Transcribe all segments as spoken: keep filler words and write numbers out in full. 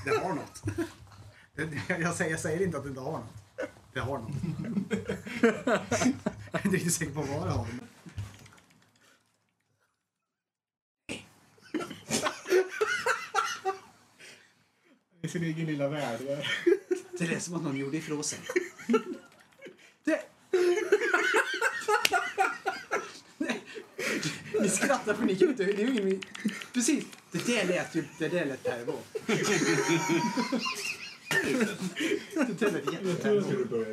Det har något. Jag säger, jag säger inte att det inte har något. Det har något. Jag är inte riktigt säker på vad det har. I sin egen lilla värld. Det är som att någon gjorde ifrån sig. Det... Nej. Ni skrattar för ni kan inte... Det är ju ingen... Precis. Det där lät ju... Det där lät pervo. Det där lät jättepervo.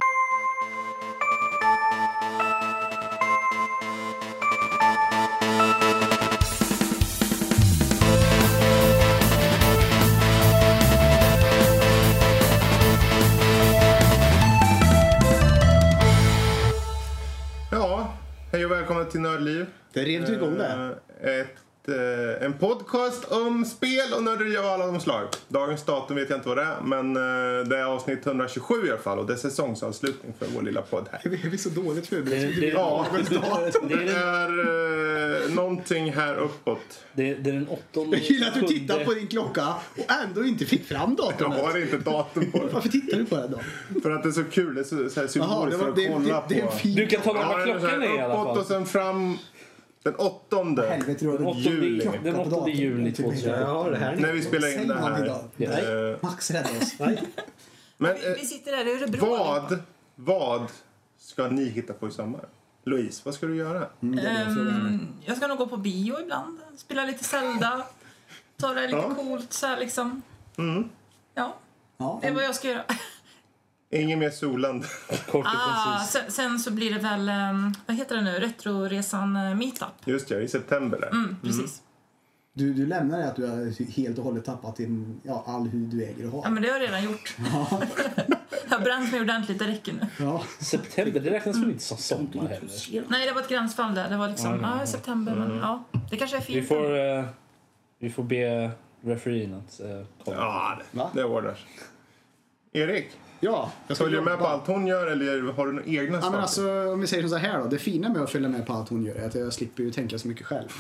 Hej och välkommen till Nördliv. Det rev igång där. Ett, eh, en podcast om spel och nörderi av alla de slag. Dagens datum vet jag inte vad det är, men eh, det är avsnitt etthundratjugosju i alla fall. Och det är säsongsavslutning för vår lilla podd här. Vi är så dåligt förberedda. Det, det, ja, det, det är eh, någonting här uppåt. Det, det är den åttonde. Jag gillar att du tittar på din klocka och ändå inte fick fram datum. Jag har inte datum på det. Varför tittar du på det då? För att det är så kul, det är så, så här symboliskt Jaha, det var, för att det, kolla det, det, på. det Du kan tala om vad Ja, klockan är i alla uppåt fall. och sen fram den åttonde. Helvete, du har Den en åttonde, juli. den åttonde juli Ja, jag har det här. När vi spelar in det här. idag. Eh, Max rädda oss. Men Vi, vi eh, sitter där i Örebro. vad, vad ska ni hitta på i sommar? Louise, vad ska du göra? Um, jag ska nog gå på bio ibland. Spela lite Zelda. Ta det lite Ja. coolt så här liksom. Mm. Ja, Ja, det är vad jag ska göra. Ingen mer solande. Kort och Ah, precis. sen, sen så blir det väl, um, vad heter det nu? Retroresan uh, Meetup. Just det, i september där. Mm, precis. Du, du lämnar det att du har helt och hållet tappat din, ja, all hud du äger och har. Ja, men det har jag redan gjort. Jag har bränt mig ordentligt, det räcker nu. Ja. September, det räknas väl inte som sommar heller. Nej, det var ett gränsfall där. Det var liksom, ja, ah, september, men ja. Det kanske är fint. Vi får, uh, vi får be refereen att uh, kolla. Ja, det, Va? det ordnar. Erik, Ja, jag ska följer du med jobba. på allt hon gör eller har du några egna Ja, saker? men alltså, om vi säger så här då. Det fina med att följa med på allt hon gör är att jag slipper ju tänka så mycket själv.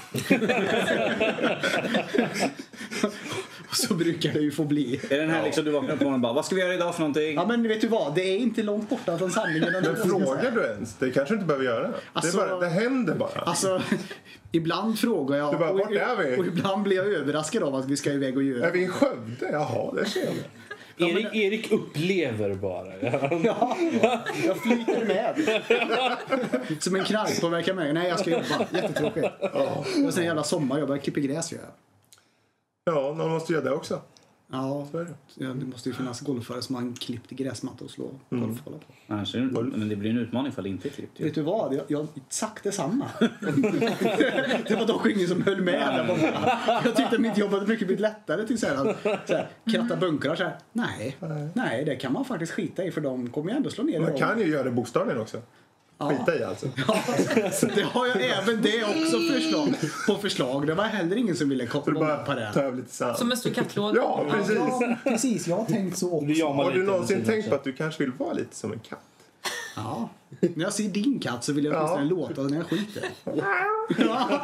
Och så brukar det ju få bli. Är den här liksom du vaknar på och bara, vad ska vi göra idag för någonting? Ja, men vet du vad? Det är inte långt borta från sanningen. Men frågar du ens? Det kanske du inte behöver göra. Alltså- det, är bara, det händer bara. Alltså, ibland frågar jag. Du bara, och, vart är vi? och ibland blir jag överraskad av att vi ska iväg och göra. Är vi i Skövde? Jaha, det ser jag. Erik, Erik upplever bara. Ja, jag flyter med. Som en knarkpåverkad mig. Nej, jag ska jobba. Jättetråkigt. Ja. Det var en jävla sommar. Jag börjar klippa gräs. Gör jag. Ja, någon måste göra det också. Ja, Så är det. ja, det måste ju finnas golfare som har en klippt gräsmatta och slå golfbollar på. Annars är det, men det blir en utmaning för det inte är klippt. Vet du vad? Jag, jag sagt detsamma. Det var dock ingen som höll med. Där borta. Jag tyckte att mitt jobb hade mycket blivit lättare till så här, så här, kratta bunkrar så här. Nej, nej, det kan man faktiskt skita i för de kommer ju ändå slå ner Man det. kan ju göra det bokstavligen också. Skita i alltså. Ja, det har jag även det också förslag på förslag. Det var heller ingen som ville Så du koppla bara på det. ta över lite sand. Som en stor kattlåda. Ja, precis. Ja, precis. Jag har tänkt så Du också. jamar Har du lite någonsin under tänkt tiden på att du kanske vill vara lite som en katt? Ja. När jag ser din katt så vill jag åtminstone Ja. låta när jag skiter. Ja.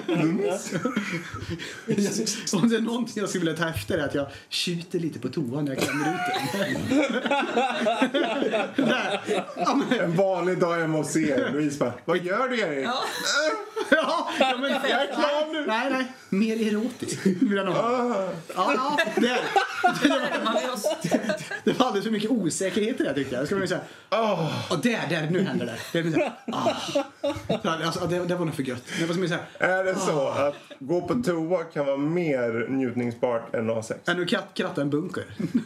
Om det är någonting jag skulle vilja ta efter är att jag tjuter lite på toan när jag klämmer ut den. Där. Ja, men, En vanlig dag hemma hos er. Louise bara, vad gör du Erik? Ja. ja, ja, men, Jag är klar nu. nej, nej. Mer erotiskt. Vill jag nog ha. Ah. Ja, ja, där. Man vill ha- Det var alldeles för mycket osäkerhet i det tyckte jag. Jag skulle vilja säga, Oh. och där, där, nu händer det. Det, är så här, ah. Alltså, det, det var nog för gött. Det var som så här, Är det så att gå på toa kan vara mer njutningsbart än att ha sex? är nu katt, kratta en bunker?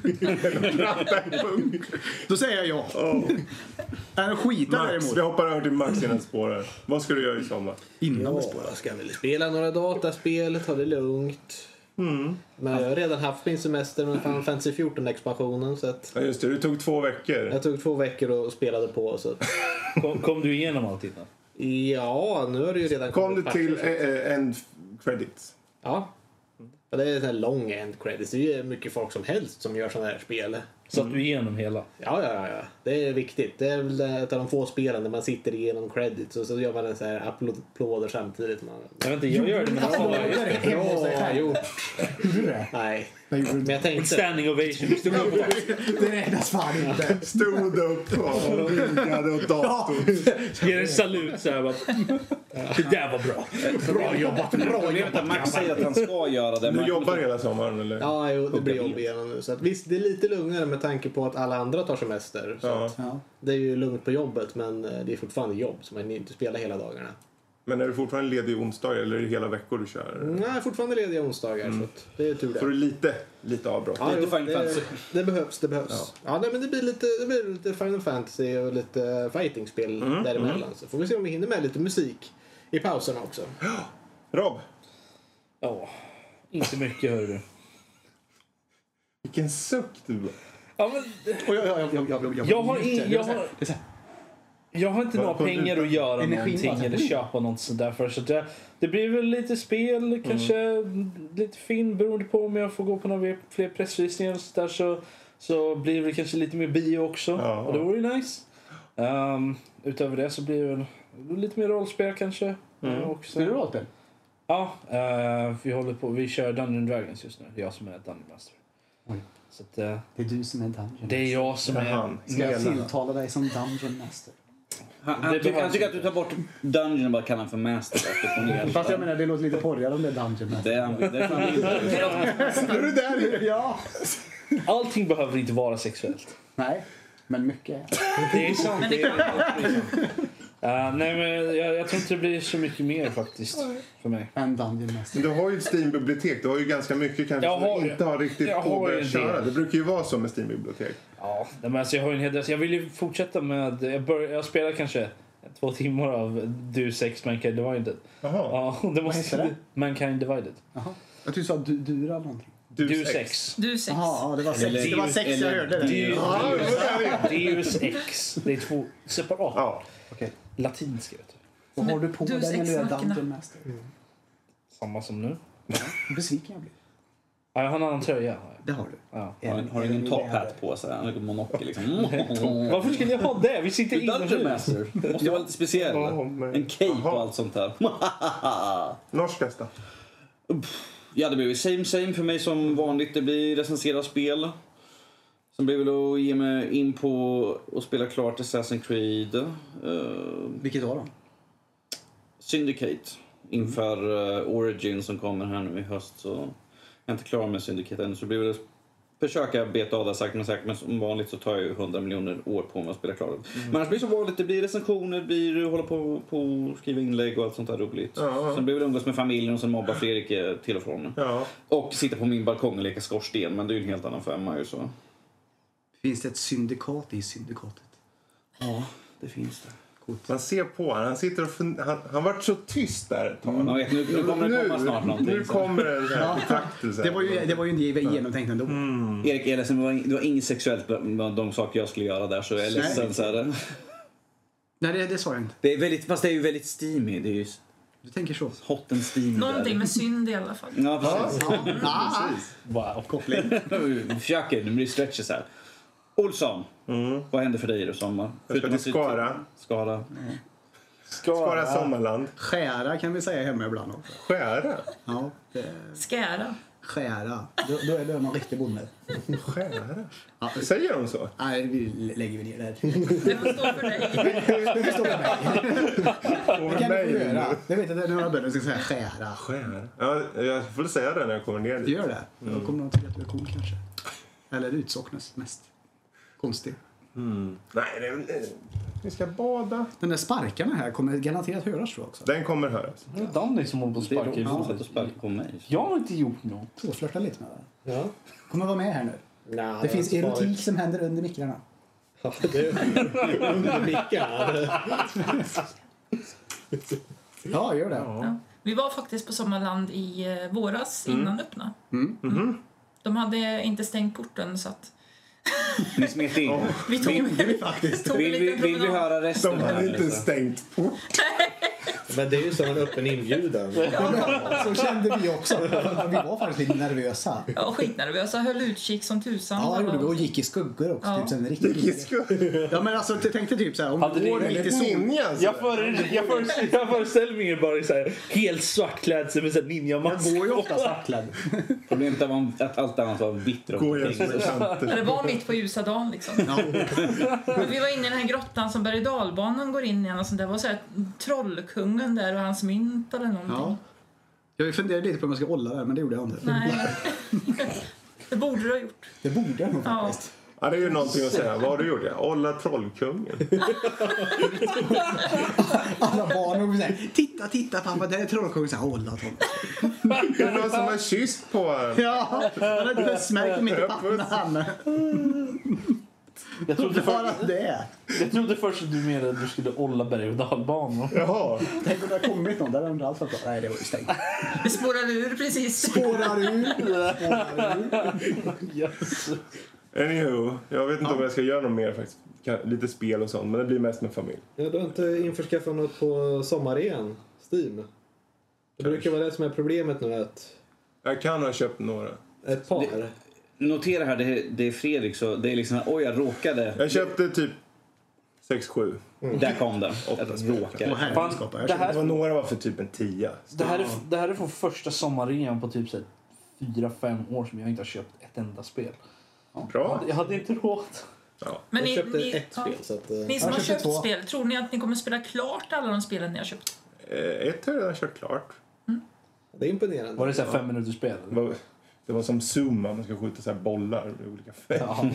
Då säger jag ja. Oh. Är det skita Max, däremot? vi hoppar över till Max innan spårar. Vad ska du göra i sommar? Innan det Ja, spårar. jag ska väl spela några dataspel, ta det lugnt. Mm. Men jag har redan haft min semester med Final Fantasy fjorton-expansionen så att Ja just det, du tog två veckor. jag tog två veckor och spelade på så att, Kom, kom du igenom allt innan? ja, nu har det ju redan Kom du kommit till patcher. eh, end credits? Ja. Ja, det är en sån här lång end credits. Det är ju mycket folk som helst som gör sådana här spel. Så att du igenom hela? Ja, ja, ja, ja. Det är viktigt. Det är väl ett av de få spelen där man sitter igenom credits och så gör man en sån här applåder samtidigt. Man... Jag vet inte, jag gör det med Ja, det är hemma hos dig Ja, själv. jo. Gjorde du det? Nej. Jag gjorde Men jag tänkte... Standing ovation. Det räknas fan inte. Stod upp och vinkade åt datorn. Ger en salut så här bara. Det där var bra. Bra jobbat. Bra Problemet är jobbat. att Max säger att han ska göra det. Du men- jobbar hela sommaren eller? Ja, jo, det blir jag jobb igen nu. Så att, visst, det är lite lugnare med tanke på att alla andra tar semester. Så Ja. att, Ja. det är ju lugnt på jobbet, men eh, det är fortfarande jobb så man inte spelar hela dagarna. Men är du fortfarande ledig onsdag eller är det hela veckor du kör? Nej, fortfarande lediga onsdagar så att det är tur det. Får du lite, lite avbrott? Ja, Lite jo, Final det, Fantasy. det behövs, det behövs. Ja, nej, men det blir lite, det blir lite Final Fantasy och lite fightingspel Mm, däremellan. Så får vi se om vi hinner med lite musik i pauserna också. Rob, Ja, inte mycket hör du. vilken suck du. Ja, men, Och jag, jag, jag, jag, jag, jag, Jag har in- det är jag så här- har- det är så här, jag har inte Vad några får du pengar ut? att göra Energin någonting bara så här, eller mm. köpa något sånt där för. Så det, det blir väl lite spel, kanske lite film beroende på om jag får gå på några fler pressvisningar och så där så, så blir det kanske lite mer bio också. Ja. Och det vore ju nice. Um, utöver det så blir det väl lite mer rollspel kanske. Mm. Eh, också. Spelar du rollspel? Ja, eh, vi håller på, vi kör Dungeons and Dragons just nu. Det är jag som är Dungeon Master. Oj. Så att, eh, Det är du som är Dungeon. det är jag som är... Han. Ska jag tilltala dig som Dungeon Master? Han, han, Det tycker, han behövs tycker att du tar bort Dungeon och bara kallar han för Master. rakt upp och ner. Fast jag menar, det låter lite porrigare om det är Dungeon Master. Det är han, det är fan inte. Är du där? Ja! Allting behöver inte vara sexuellt. Nej, men mycket är. Det är sant. Men Det det är, det är sant. Uh, nej, men jag, jag tror inte det blir så mycket mer faktiskt för mig. En Dungeon Master. Du har ju ett Steam-bibliotek. Du har ju ganska mycket kanske Jag som har du ju- inte har riktigt jag har ju påbörjat en köra. del. Det brukar ju vara så med Steam-bibliotek. Ja, nej, men alltså jag har ju en hel del. Så jag vill ju fortsätta med... Jag, bör, jag spelar kanske två timmar av Deus Ex Mankind Divided. Jaha. Ja, det måste, heter det? Mankind Divided. Jaha. Jag tyckte du sa du, dura någonting. Deus Ex. Du sex. Jaha, ja, det var sex, Eller- det var sex jag eller- hörde. Det. Deus, Ja, det var det. Deus Ex. Det är två separata. Ja. Okej. Latinska, vet du. Vad har du på Du dig när du är sexmackorna. Dungeon Master? Samma som nu. Besviken jag blir. Ja, jag har en annan tröja. har jag. Det har du. Ja. Har, har du ingen top hat på sig? Han har monokel liksom. Varför skulle jag ha det? Vi sitter Dungeon inomhus. Master. Måste vara lite speciell. Ja, men- En cape Jaha. och allt sånt där. Norsk då? Ja, det blir väl same same för mig som vanligt. Det blir recensera spel. Sen blir det väl att ge mig in på och spela klart Assassin's Creed. Uh, Vilket av dem? Syndicate. Inför uh, Origin som kommer här nu i höst. Så jag är inte klar med Syndicate än. Så det blir väl att försöka beta av det sagt men sagt. Men som vanligt så tar jag ju hundra miljoner år på mig att spela klart. Mm. Men annars blir det som vanligt. Det blir recensioner, det blir hålla på på skriva inlägg och allt sånt där roligt. Ja. Sen blir det väl umgås med familjen och sen mobba Fredrik eh, till och från. Ja. Och sitta på min balkong och leka skorsten. Men det är ju en helt annan femma ju så. Finns det ett syndikat i syndikatet? Ja, det finns det. Man ser på honom. Han sitter och fun- han, han varit så tyst där ett tag. Man vet, nu, nu kommer det komma snart någonting. Nu kommer det en sån här betraktelse. Det var ju, det var ju inte genomtänkt ändå. Erik, jag är ledsen, det var, det var inget sexuellt bland de saker jag skulle göra där så jag är ledsen. Så här. Nej, det, det sa jag inte. Det är väldigt, fast det är ju väldigt steamy. Det är ju Du tänker så. hot and steamy. Någonting där. med synd i alla fall. Ja, precis. Ah, Wow. koppling. Vi försöker, nu blir det stretches här. Olsson, vad händer för dig i sommar? Jag ska till Skara. Skara. Skara Sommarland. Skära kan vi säga hemma ibland också. Skära? Ja, det, Skära. skära. Då, då är det någon riktig bonde. Skära? Ja, Säger de så? nej, vi lägger vi ner det. Det får stå för dig. Det förstår jag mig. Det kan mig du få nu. göra. Jag vet att det är några bönder som säger skära. Skära? Ja, jag får säga det när jag kommer ner Du dit. gör det? Då kommer någon tycka att du är cool kanske. Eller utsocknes mest. Konstig. Mm. Nej, det är väl... Vi ska bada. Den där sparkarna här kommer garanterat höras tror jag också. Den kommer höras. Det är Danny som håller på att Det är sparka de i som huvudet. satt och sparkade på mig. Jag har inte gjort något. Tvåflörta lite med det. Ja. Kommer vara med här nu. Nah, Det finns var erotik farligt. som händer under mikrarna. Ja, det är under mickarna. Ja, gör det. Ja. Vi var faktiskt på Sommarland i eh, våras innan det öppnade. Mm. Mhm. De hade inte stängt porten så att Ni smet in. vi tog, Det är faktiskt. tog en Vill vi, liten vill vi promenad. höra resten De hade här, inte liksom? stängt port. Men det är ju som en öppen inbjudan. Så kände vi också. Vi var faktiskt lite nervösa. Ja, skitnervösa. Höll utkik som tusan. Ja, gjorde vi. Och gick i skuggor också. Ja. Typ, sen riktigt Gick i skuggor? Ja, men alltså, jag tänkte typ så här, om Hade du går ni- mitt i Lite sol. ninja alltså. Jag, före, jag, föreställer, jag föreställer mig bara i så här, helt svart klädsel med så här Jag ninja-mask. går ju ofta svartklädd. Problemet var att allt annat var vitt runt Går jag omkring. som en kanter. Det var mitt på ljusa dagen liksom. Ja. Men vi var inne i den här grottan som berg- och dalbanan går in i. Och sånt. Det var så här trollkungen där och hans mynt eller någonting. Ja. Jag funderade lite på om jag ska hålla där, men det gjorde jag inte. Nej. Det borde du ha gjort. Det borde jag nog Ja. faktiskt. Ja, det är ju någonting att säga. Vad har du gjort? Ja, Olla trollkungen. Alla barn och säger, titta, titta pappa, det är trollkungen. Så här, hålla trollkungen. Det är någon som har kysst på en. Ja, han har inte smärkt mitt i pannan. Jag trodde, Bara för, det. jag trodde först att du menade att du skulle olla berg- och dalbanor. Jaha. Tänk om det har kommit någon där undrar allt. Nej, det var ju stängt. Det spårade ur precis. Spårar ur. Spårar ur. Yes. Anywho, jag vet inte om jag ska göra något mer faktiskt. Kan- Lite spel och sånt, men det blir mest med familj. Ja, du har inte införskaffat något på sommaren, Steam? Det brukar vara det som är problemet nu, att Jag kan ha köpt några. ett par... Det- Notera här, det är, det är Fredrik, så det är liksom, oj jag råkade. Jag köpte typ sex sju. Där kom den. Åtta Jag spel. råkade. Och här skapar jag. Det Det här, var några var för typ en tia. det här, är, det här är från första sommarrean på typ så här fyra, fem år som jag inte har köpt ett enda spel. Jag Bra. hade, jag hade inte råd. Ja. Men jag ni, köpte ni, ett ja, spel, så att... eh, ni som Jag har köpte köpt två. spel, tror ni att ni kommer spela klart alla de spelen ni har köpt? Eh, Ett har jag redan kört klart. Det är imponerande. Var det så här fem minuters spel? Det var, det var som Zuma, man ska skjuta så här bollar i olika fält. Ja.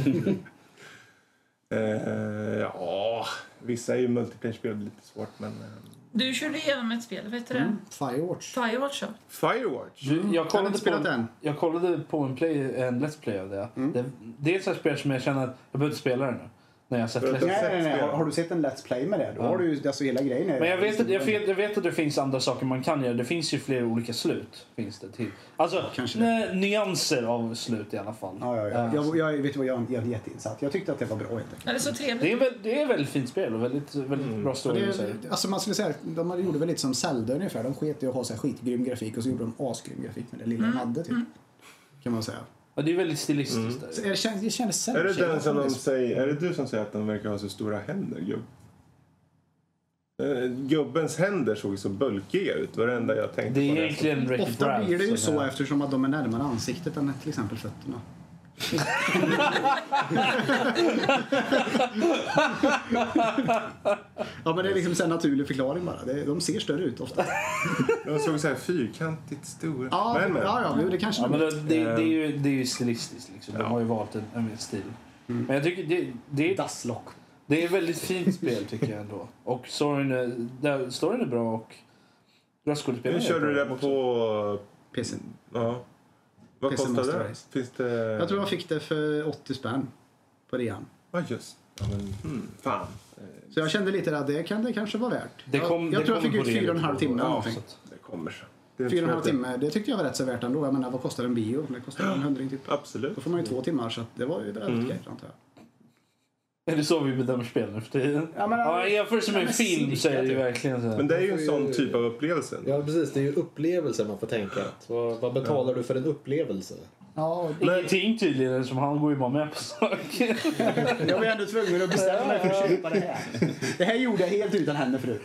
Eh, ja, vissa är ju multiplayer-spel lite svårt, men... Eh, Du körde igenom ett spel, vet du det? Mm, Firewatch. Firewatch, ja. Firewatch. Du, jag, Jag har kollade inte spelat på, än. jag kollade på en, play, en Let's Play av det. det. Det är ett sånt här spel som jag känner att jag behöver inte spela det nu. När jag har sett Du har Let's inte Play. Nej, nej, nej. spel. Har, har du sett en Let's Play med det? Då Ja. har du ju, alltså hela grejen är... Men jag vet, att, jag, vet, jag vet att det finns andra saker man kan göra. Det finns ju flera olika slut. Finns det till. Alltså, Kanske nej, nyanser av slut i alla fall. Ja, ja, ja. Eh, Jag, jag vet vad jag, jag är jätteinsatt. Jag tyckte att det var bra helt enkelt. Ja, det är så trevligt. Det är, väl, det är ett väldigt fint spel och väldigt, väldigt bra story. Det, så här. alltså man skulle säga, de gjorde väl lite som Zelda ungefär. De sket i att ha så här skitgrym grafik och så gjorde de asgrym grafik med det lilla de hade typ. Kan man säga. Ja, det är väldigt stilistiskt. Så Där. det, kändes, det kändes Är det Zelda- den som de säger, är det du som säger att den verkar ha så stora händer, gubb? Eh, Gubbens händer såg så bulkiga ut, var det enda jag tänkte Det är på. egentligen Wreck-It Ofta Ralph, blir det ju som så är- eftersom att de är närmare ansiktet än till exempel fötterna. Ja, men det är liksom en naturlig förklaring bara. Det, de ser större ut ofta. De såg så här fyrkantigt stora. Ja, men, men. ja, ja, det kanske Ja, de men är. det, det, det, är ju, det är ju stilistiskt. Liksom. De Ja. har ju valt en, en viss stil. Men jag tycker det, det, är, Dasslock. det är ett väldigt fint spel tycker jag ändå. Och storyn är, där, storyn är bra och röstskådespelarna Nu är körde du bra det också. på... P C. Ja. Vad P C kostade Master det? Race. Finns det... Jag tror jag fick det för åttio spänn på rean. Ja, just. Ja, men, hmm, fan. Eh, Så jag kände lite att det kan det kanske vara värt. Det kom, jag jag det tror jag kom fick på ut rea fyra och en halv då. timme. eller Ja, någonting. så att- Det kommer så. Det Fyra och en halv tror jag timme, det tyckte jag var rätt så värt ändå. Jag menar, vad kostar en bio? Det kostar en hundring typ. inte. Absolut. Då får man ju två timmar, så att det var ju väldigt Mm. okej, antar jag. Är det så vi bedömer spel nu för tiden? Ja, men- Ja, jämfört med Ja, en men film så är det ju cirka, verkligen så här. Men det är ju en får sån ju- typ av upplevelse. Ja, precis. Det är ju upplevelser man får tänka. Vad, vad betalar du för en upplevelse? Ja, Ingenting tydligen som han går ju bara med på saker. jag var ändå tvungen att bestämma mig för att köpa det här. Det här gjorde jag helt utan henne förut.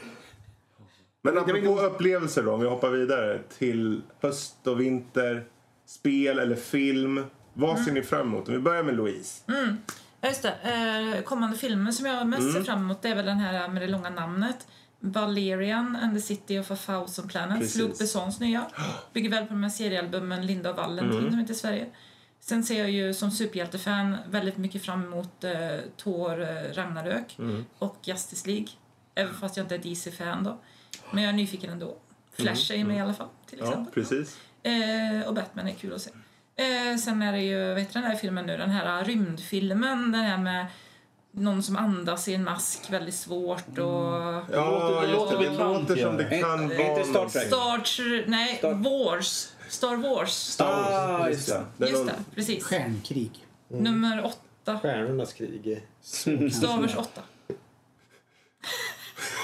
Men Det var apropå ingen- upplevelser då, om vi hoppar vidare till höst och vinter, spel eller film. Vad ser ni fram emot? Om vi börjar med Louise. Ja, just det. Eh, kommande filmer som jag mest ser fram emot det är väl den här med det långa namnet. Valerian and the City of a Thousand Planets. Precis. Luc Bessons nya. Bygger väl på de här seriealbumen Linda och Valentin som heter i Sverige. Sen ser jag ju som superhjältefan väldigt mycket fram emot eh, Thor eh, Ragnarök och Justice League. Även fast jag inte är D C-fan då. Men jag är nyfiken ändå. Flash är med i alla fall, till Ja, exempel. precis. Eh, och Batman är kul att se. Eh, sen är det ju, vet du den här filmen nu, den här rymdfilmen, den här med någon som andas i en mask väldigt svårt och... Ja, låter- det just låter det, det bekant, låter som ja. det kan Är- är vara... inte Star någon- Trek? Star Tr- nej, Star- Wars. Star Wars. Star Wars. Ah, just det. Det är Just någon- det, precis. Stjärnkrig. Nummer åtta. Stjärnornas krig. Star Wars åtta.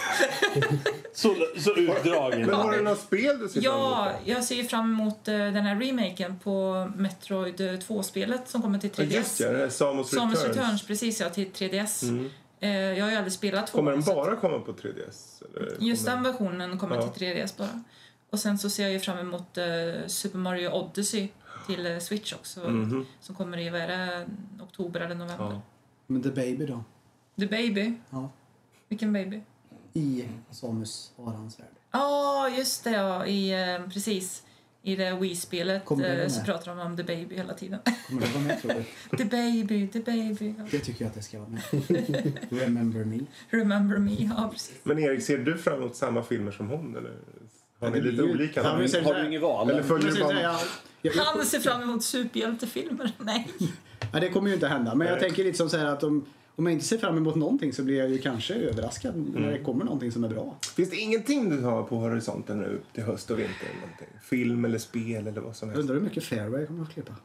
så, så utdragen. Men har du några spel du ser fram Ja, emot? jag ser ju fram emot uh, den här remaken på Metroid två-spelet som kommer till tre D S. Ja, just det, det är Samus Samus Returns. Returns, precis, ja, till tre D S. Mm. Uh, jag har ju aldrig spelat två. Kommer den bara komma på tre D S? Eller Just kommer... den versionen kommer Ja. till tre D S bara. Och sen så ser jag ju fram emot uh, Super Mario Odyssey till uh, Switch också. Mhm. Som kommer i, vad är det, oktober eller november. Ja. Men The Baby då? The Baby. Ja. Vilken baby? I Samus Arans värld. Ja, oh, just det. Ja. I, uh, precis. I det Wii-spelet Kommer det uh, med? så pratar de om The Baby hela tiden. Kommer det vara med, tror du? The Baby, The Baby. Ja. Det tycker jag att det ska vara med. Remember me. Remember me, ja precis. Men Erik, ser du fram emot samma filmer som hon? Eller har ni det lite blir ju- olika? Ja, men så- Har du inget val? Eller följer du bara... Jag, jag, jag, Han ser fram emot superhjältefilmer. Nej. ja, det kommer ju inte hända. Men jag Nej. tänker lite som så här att om, om jag inte ser fram emot någonting så blir jag ju kanske överraskad när det kommer någonting som är bra. Finns det ingenting du har på horisonten nu till höst och vinter? Eller någonting? Film eller spel eller vad som Jag helst? undrar hur mycket Fairway kommer att klippa.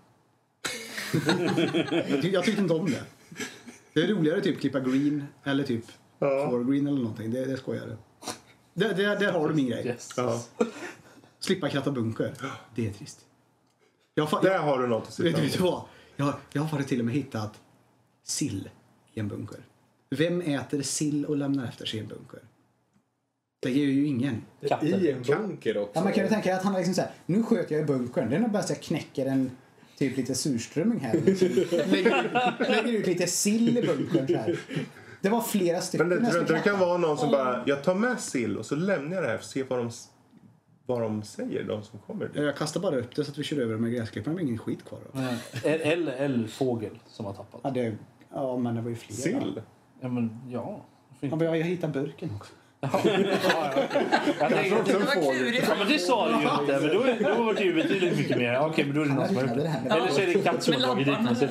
jag, tyck, jag tyckte inte om det. Det är roligare typ klippa green eller typ Ja. four green eller någonting. Det, det skojade. Där, där, där har du min grej. Yes. Ja. Slippa kratta bunker. Det är trist. Jag, fa- Där jag, har du något att se vet, fram vet du emot. vad? Jag, jag har faktiskt till och med hittat sill i en bunker. Vem äter sill och lämnar efter sig i en bunker? Det ger ju ingen. I en bunker också. Ja, man kan ju tänka att han har liksom såhär, nu sköt jag i bunkern. Det är nog bäst jag knäcker en typ lite surströmming här. lägger, ut, lägger ut lite sill i bunkern så här. Det var flera stycken. Men det, jag tror ska inte det kan knäcka. vara någon som bara, jag tar med sill och så lämnar jag det här för att se vad de, vad de säger, de som kommer. Jag kastar bara upp det så att vi kör över med gräsklipparen. Det är ingen skit kvar. Då. Eller, eller fågel som har tappat. Ja, det, ja, men det var ju fler. Sill? Ja, men ja. Ja, men jag, jag hittade burken också. Ja, ja, ja. Jag tänkte, Det var klurigt. ja, men det sa du ju inte. Men då, då var det ju betydligt mycket mer. Okej, men då är det någon som har gjort det. Eller så är det katt som har dragit dit mig.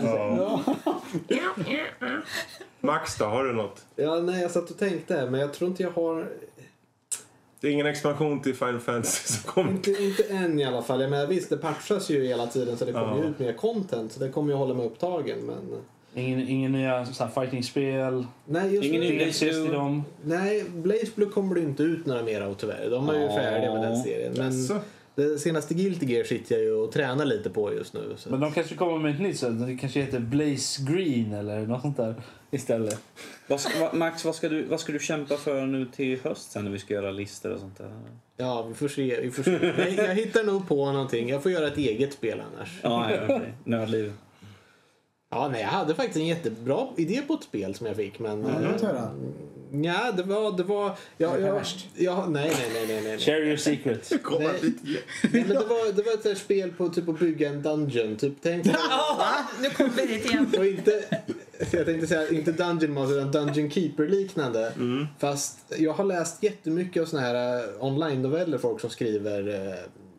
Ja. Max då, har du något? Ja, nej, jag satt och tänkte, men jag tror inte jag har... Det är ingen expansion till Final Fantasy som kommer. Inte, inte än i alla fall. Jag menar, visst, det patchas ju hela tiden så det kommer Ja. ju ut mer content. Så det kommer ju hålla mig upptagen, men... Ingen, ingen nya så här, fighting-spel. Nej, just Ingen nu... ny- Ingen ses i dem. Nej, Blaze Blue kommer det inte ut några mer av tyvärr. De är ju Ja. färdiga med den serien. Men Jaså? det senaste Guilty Gear sitter jag ju och tränar lite på just nu. Så. Men de kanske kommer med ett nytt sätt. Det kanske heter Blaze Green eller något sånt där istället. Vad ska, va- Max, vad ska, du, vad ska du kämpa för nu till höst sen när vi ska göra listor och sånt där? Ja, vi får se. Vi får se. Nej, jag hittar nog på någonting. Jag får göra ett eget spel annars. Ja, ja, okej. Nördliv. Ja, nej, jag hade faktiskt en jättebra idé på ett spel som jag fick, men... Ja, låt höra. Ja, det var... Det var ja, Det var ja, värst. ja, nej, nej, nej, nej, nej. Share your secret. Komma Nej. dit. nej men det var, det var ett sånt här spel på typ att bygga en dungeon. Typ, tänk... Ja, nu kommer vi dit igen. Och inte, jag tänkte säga inte Dungeon Master utan Dungeon Keeper liknande. Mm. Fast jag har läst jättemycket av såna här uh, online-noveller, folk som skriver. Uh,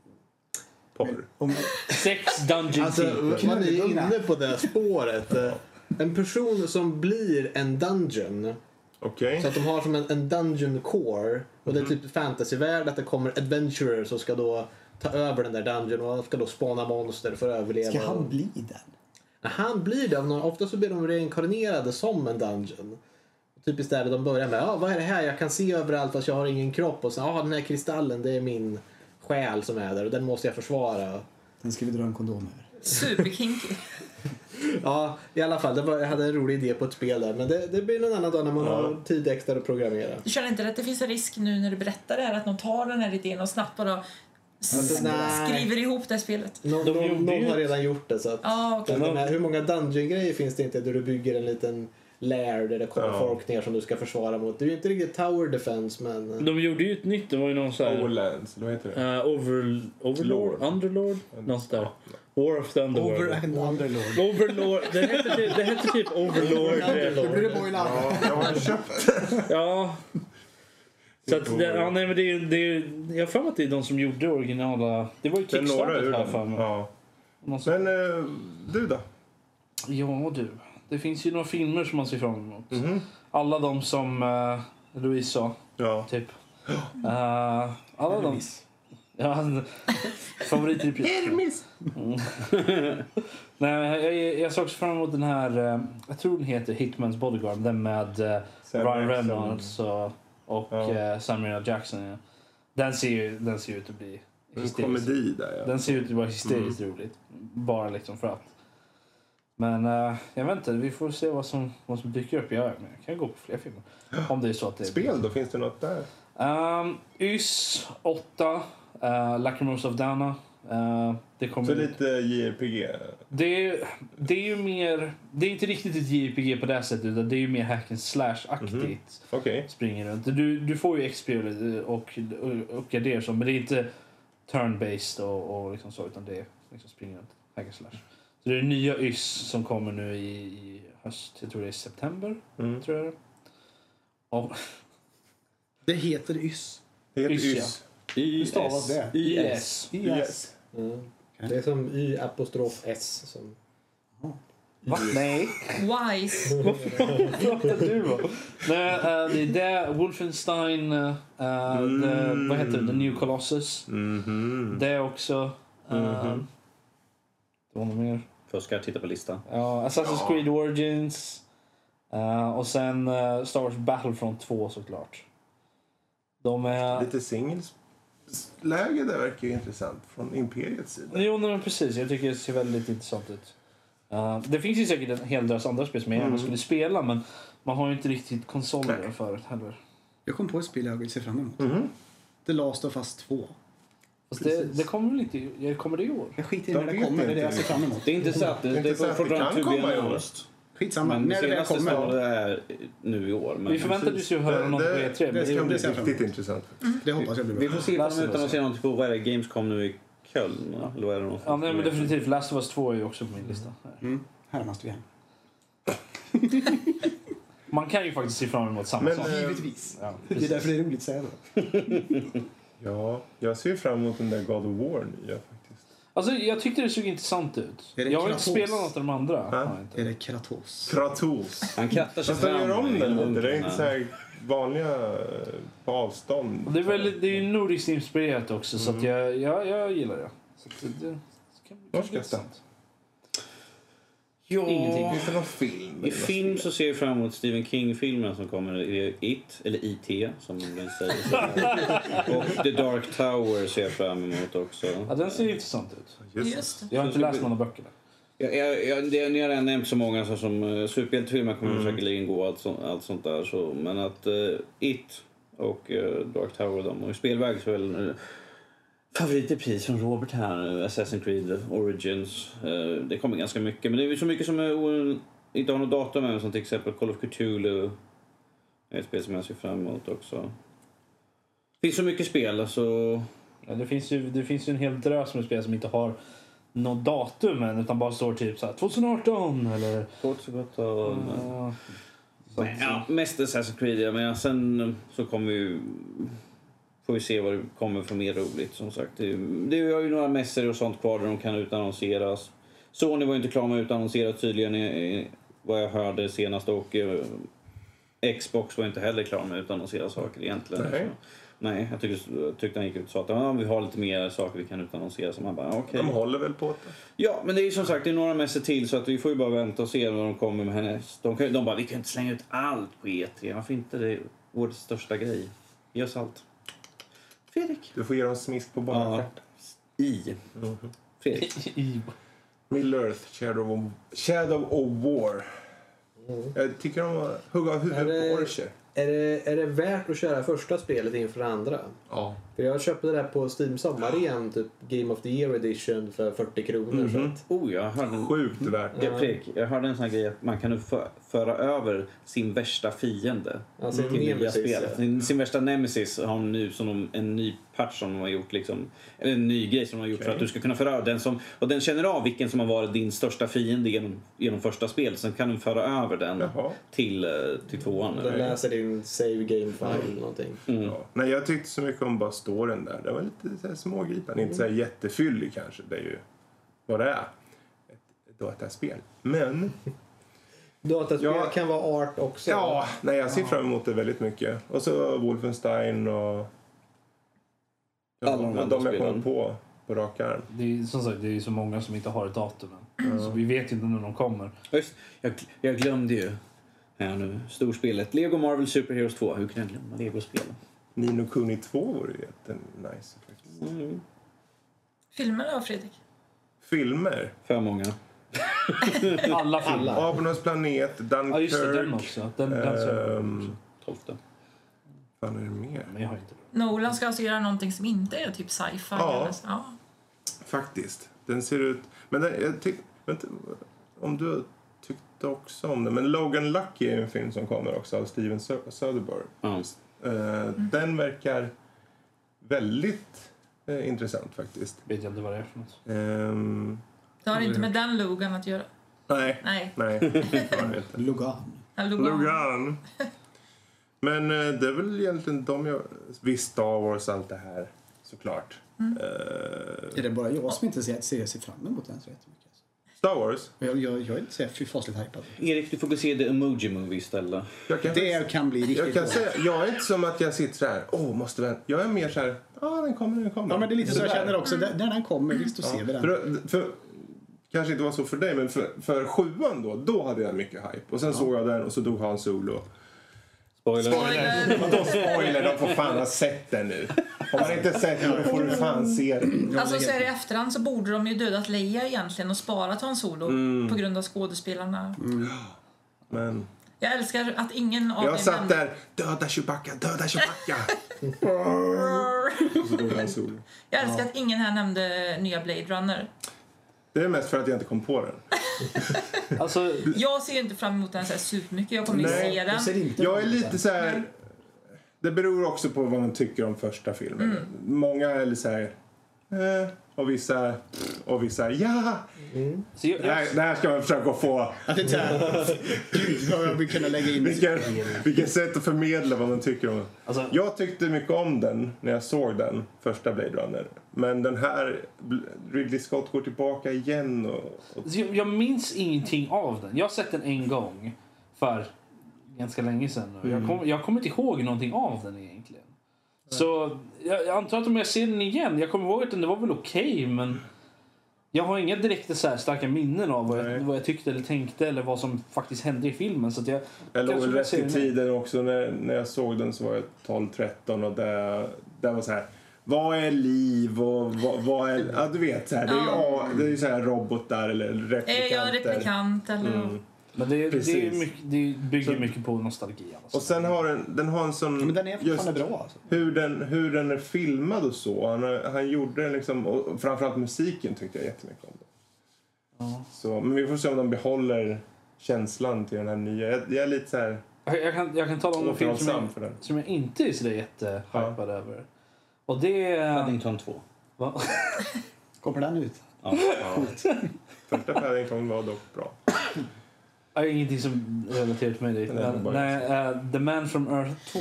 Porr. Om, Sex Dungeon alltså, Keeper. man är inne på det spåret. Uh, en person som blir en dungeon. Okej. Så att de har som en, en dungeon core. Och det är typ fantasyvärld att det kommer adventurers som ska då ta över den där dungeon och ska då spåna monster för att överleva. ska han bli den? När han blir det, av någon, ofta så blir de reinkarnerade som en dungeon. Typiskt där de börjar med, ja vad är det här? Jag kan se överallt fast jag har ingen kropp. Och så, ja den här kristallen det är min själ som är där och den måste jag försvara. Den ska vi dra en kondom över. Superkinky. Ja, i alla fall, det var, jag hade en rolig idé på ett spel där. Men det, det blir någon annan dag när man har tid extra att programmera. Du känner inte att det finns en risk nu när du berättar det här att någon tar den här idén och snabbt bara s- Alltså, nej. skriver ihop det här spelet? Någon, De någon, gjorde någon ju har ett- redan gjort det. Så att, Ja, okej. den här, hur många dungeon-grejer finns det inte där du bygger en liten lair där det kommer Ja. folk ner som du ska försvara mot. Det är ju inte riktigt tower defense, men... De gjorde ju ett nytt. Det var ju någon så här... Overlands, vad heter det? Uh, over, overlord? Lord. Underlord? Något sånt där. War of the Underworld. Over and underlord. Overlord. Det hette typ, det hette typ Overlord. Då blir det boilar. Ja, jag har köpt. Ja. Så att det, ja, nej, men det är ju... Det är, ju- jag har för mig att det är de som gjorde originala... Det var ju Det är några Kickstarter ur här dem. för mig. Ja. Någon som- Men eh, du då? Ja du. Det finns ju några filmer som man ser fram emot. Mhm. Alla de som uh, Louise sa, Ja. typ. Uh, alla de... Ja, favoritrepliken. Hermes! Mm. Nej, men jag, jag, jag såg också fram emot den här, eh, jag tror den heter Hitman's Bodyguard, den med eh, Sam Ryan Jackson. Reynolds och och Ja. eh, Samuel L. Jackson. Ja. Den ser ju den ser ut att bli En hysterisk. komedi där, ja. Den ser ut att vara hysteriskt roligt. Bara liksom för att. Men uh, jag vet inte, vi får se vad som, vad som dyker upp. Jag, jag kan gå på fler filmer. Om det är så att det är Spel då, finns det något där? Um, Ys åtta, uh, Lacrimosa of Dana. Uh, det kommer Så lite J R P G? det, är, det är ju mer, det är inte riktigt ett J R P G på det sättet, utan det är ju mer hack and slash-aktigt. Mhm. Okej. Springer runt. Du, du får ju X P och, och, och grejer så, men det är inte turn-based och, och liksom så, utan det är liksom springer runt, hack and slash. Så det är nya Ys som kommer nu i, i höst, jag tror det är september, Mm. tror jag det. Och, Det heter Ys. Det heter Ys, ja. Ys. Hur stavas det? Y S. Yes. Mm. Det är som Y apostrof S. Som... Va? Nej. Wise. Vad pratar du om? Nej, uh, det är det, Wolfenstein, uh, Mm. the, vad heter det, The New Colossus. Mhm. Det också. Uh, Mhm. Det var något mer. Fuskar, titta på listan. Ja, Assassin's Ja. Creed Origins. Uh, och sen uh, Star Wars Battlefront två såklart. De är... Lite singelsläge där verkar ju intressant från Imperiets sida. Jo, men precis. Jag tycker det ser väldigt intressant ut. Uh, det finns ju säkert en hel del andra spel som jag gärna Mm. skulle spela, men man har ju inte riktigt konsoler Nej. för heller. Jag kom på ett spel jag vill se fram emot. Mhm. The Last of Us två. Fast det, det kommer väl inte i- kommer det i år? Jag skiter i De när det vet kommer, det är det jag inte ser fram emot. Det är inte så att det, Det är det inte så är att det fortfarande kan to be komma i år. announced. Skitsamma, Men när det väl senaste kommer. står är nu i år. Men Vi förväntade oss ju att höra något på E tre. det, men det ska det bli ser jag fram riktigt emot. intressant. Det hoppas jag blir vi bra. får se Last of utan Us, att se någonting på vad är det, Gamescom nu i Köln. va? Eller vad är det något? Ja, nej, men definitivt. Last of Us två är ju också på min lista. Mm. Här måste vi hem. Man kan ju faktiskt se fram emot samma Men, sak. eh, Givetvis. Ja, Det är precis. därför det är roligt att säga det. Ja, jag ser fram emot den där God of War nya faktiskt. Alltså, jag tyckte det såg intressant ut. Är det Jag har inte Kratos? spelat något av de andra. Ja. Har jag inte. Är det Kratos? Kratos. Han krattar sig Fast de fram. gör om i den lite. bunkrarna. Det är inte så här vanliga eh, på avstånd. Och det är väl det är ju nordiskt inspirerat också, så att Mm. jag, jag, jag gillar det. Så att det, det kan, Var kan ska bli jag starta? intressant. Ja. Ingenting. Finns det någon film? I film så ser jag fram emot Stephen King-filmen som kommer. Det är It, eller I T som den säger. Och The Dark Tower ser jag fram emot också. Ja, den ser intressant ut. Just. Just det. Jag har inte läst någon av böckerna. Jag, jag, jag, det, ni har redan nämnt så många så som uh, superhjältefilmer kommer Mm. säkerligen gå allt, så, allt sånt där. Så, men att uh, It och uh, Dark Tower de, och i spelväg så är väl uh, favoritpris från Robert här, uh, Assassin's Creed Origins. Uh, det kommer ganska mycket, men det är ju så mycket som uh, inte har något datum än, som till exempel Call of Cthulhu. Det är ett spel som jag ser fram emot också. Det finns så mycket spel så... Ja, det, finns ju, det finns ju en hel drös med spel som inte har något datum än, utan bara står typ så här tjugo arton eller... Gott Ja, så att- Ja, mest Assassin's Creed. Jag menar, sen så kommer vi... Får vi se vad det kommer för mer roligt, som sagt. Det, det är ju några mässor och sånt kvar där de kan utannonseras. Sony var ju inte klar med att utannonsera tydligen, i, i, vad jag hörde senast. Och eh, Xbox var inte heller klar med att utannonsera saker egentligen. Nej. Så, nej, jag tyckte, jag tyckte han gick ut och sa att ja, vi har lite mer saker vi kan utannonsera. Så man bara, okej. De håller väl på det. Ja, men det är ju som sagt det är några mässor till så att vi får ju bara vänta och se vad de kommer med hennes. De, kan, de bara, vi kan inte slänga ut allt på E tre. Varför inte? Det är vår största grej. Ge oss allt. Fredrik. Du får ge dem smisk på barnstjärten. I. Fredrik. I- Middle Earth, Shadow of, Shadow of War. Jag tycker de har hugga av Är huvudet det- på Orcher. Är det, är det värt att köra första spelet inför det andra? Ja. För jag köpte det där på Steam sommaren, typ Game of the Year edition för fyrtio kronor. Så Mhm. att, Oh, jag hörde en, Sjukt värt. ja, Fredrik, jag hörde en sån här grej att man kan nu för, föra över sin värsta fiende alltså till nya Nemesis, spelet. ja. Sin, sin värsta nemesis har de nu som de, en ny patch som de har gjort liksom, eller en ny grej som de har gjort Okej. för att du ska kunna föra över den som, och den känner av vilken som har varit din största fiende genom, genom första spelet, sen kan du föra över den Jaha. till, eh, till tvåan. Den eller? läser din save game file eller någonting. Mm. Ja. Nej, jag tyckte så mycket om bara storyn där. Det var lite så här smågripande. Inte så här jättefyllig kanske. Det är ju vad det är. Ett, ett dataspel. Men Dataspel Ja. kan vara art också. ja, nej, jag ser fram emot det väldigt mycket. Och så Wolfenstein och ja, Alla de de, andra de jag kommer spelen. på på rak arm. Det är som sagt det är så många som inte har ett datum än. Så vi vet inte när de kommer. Just, jag, jag glömde ju här nu. Storspelet. Lego Marvel Super Heroes två. Hur kan jag glömma Lego-spelen? Ni no Kuni två vore ju jättenice faktiskt. Mm. Filmer då, Fredrik? Filmer? För många. Alla filmer. Apornas planet, Dunkirk. Ja, just det, den också. Den, den ser jag Ehm, Tolfte. Vad är det mer? Men jag har inte. Nolan ska alltså göra någonting som inte är typ sci-fi. Ja. Eller så. Ja. Faktiskt. Den ser ut... Men den, jag tyck, vänta, om du tyckte också om den. Men Logan Lucky är en film som kommer också av Steven Sö- Soderbergh. Ja. Eh, Den verkar väldigt eh, intressant faktiskt. Vet jag inte vad det är för något. Ehm, Det har inte med den Logan att göra. nej, Nej, nej. Det var det inte. Logan. den Logan. Logan. Men eh, det är väl egentligen de jag... Visst, Star Wars, allt det här. Såklart. Mm. Eh, Är det bara jag som inte ser, ser sig fram emot den så jättemycket? Star Wars? Jag, jag, jag är inte så fy fasligt hypad. Erik, du får gå se The Emoji Movie istället. Jag kan, Det kan bli riktigt jag kan bra. säga, jag är inte som att jag sitter så här, åh, oh, måste vänta. Jag är mer så här, ja, ah, den kommer, den kommer. Ja, men det är lite så jag Sådär. känner också. När den kommer, visst, då ser vi den. För, för, kanske inte var så för dig, men för, för sjuan då, då hade jag mycket hype. Och sen såg jag den och så dog Han Solo. Spoiler. Spoiler. Och då spoiler, de får fan ha sett den nu. Om man inte sett den, då får du fan se den. Alltså så är det i efterhand så borde de ju dödat Leia egentligen och sparat Han Solo på grund av skådespelarna. Men Jag älskar att ingen av jag er satt nämnde- där, döda Chewbacca, döda Chewbacca. Och så dog Han Solo. Jag älskar att ingen här nämnde nya Blade Runner. Det är mest för att jag inte kom på den. Alltså, Jag ser inte fram emot den så här supermycket. Jag kommer ju Nej, se Jag ser den. inte Jag är fram emot lite den. så här. Det beror också på vad man tycker om första filmen. Många är lite så här. Eh, och vissa och vissa ja. så jag, Det jag, här, det här ska man försöka få. Att det är så här, gud vad jag vill kunna lägga in. Vilken, vilken sätt att förmedla vad man tycker om. alltså, Jag tyckte mycket om den när jag såg den första Blade Runner. Men den här Ridley Scott går tillbaka igen och, och alltså, jag, jag minns ingenting av den. Jag har sett den en gång för ganska länge sedan. Och jag, kom, jag kommer inte ihåg någonting av den egentligen. Så jag, jag antar att om jag ser den igen, jag kommer ihåg att den det var väl okej, okay, men jag har inga direkta så här starka minnen av vad jag, vad jag tyckte eller tänkte eller vad som faktiskt hände i filmen. Så att jag, jag låg kanske väl rätt ser i den tiden också. När, när jag såg den så var jag tolv tretton och det, det var så här. Vad är liv och vad, vad är... Ja, du vet så här. Det är ju ja, det är ju så här robotar eller replikanter. Är jag en replikant eller... Mm. Men det, det, är Precis. mycket, det bygger Så- mycket på nostalgi. Alltså. Och sen har den, den har en sån... Ja, men den är just fortfarande bra alltså. hur den, hur den är filmad och så. Han, han gjorde den liksom... Och framförallt musiken tyckte jag jättemycket om. Det. Ja. Så, men vi får se om de behåller känslan till den här nya. Jag, jag är lite så här Jag, jag, kan, jag kan tala om en film som jag, återhållsam för den. som jag inte är så jättehypad över. Och det är... Paddington två. Va? Kommer den ut? Ja. Första Paddington var dock bra. Jag har ingenting som relaterar till mig dit. Nej, det är Men, bara- nej, uh, The Man from Earth två.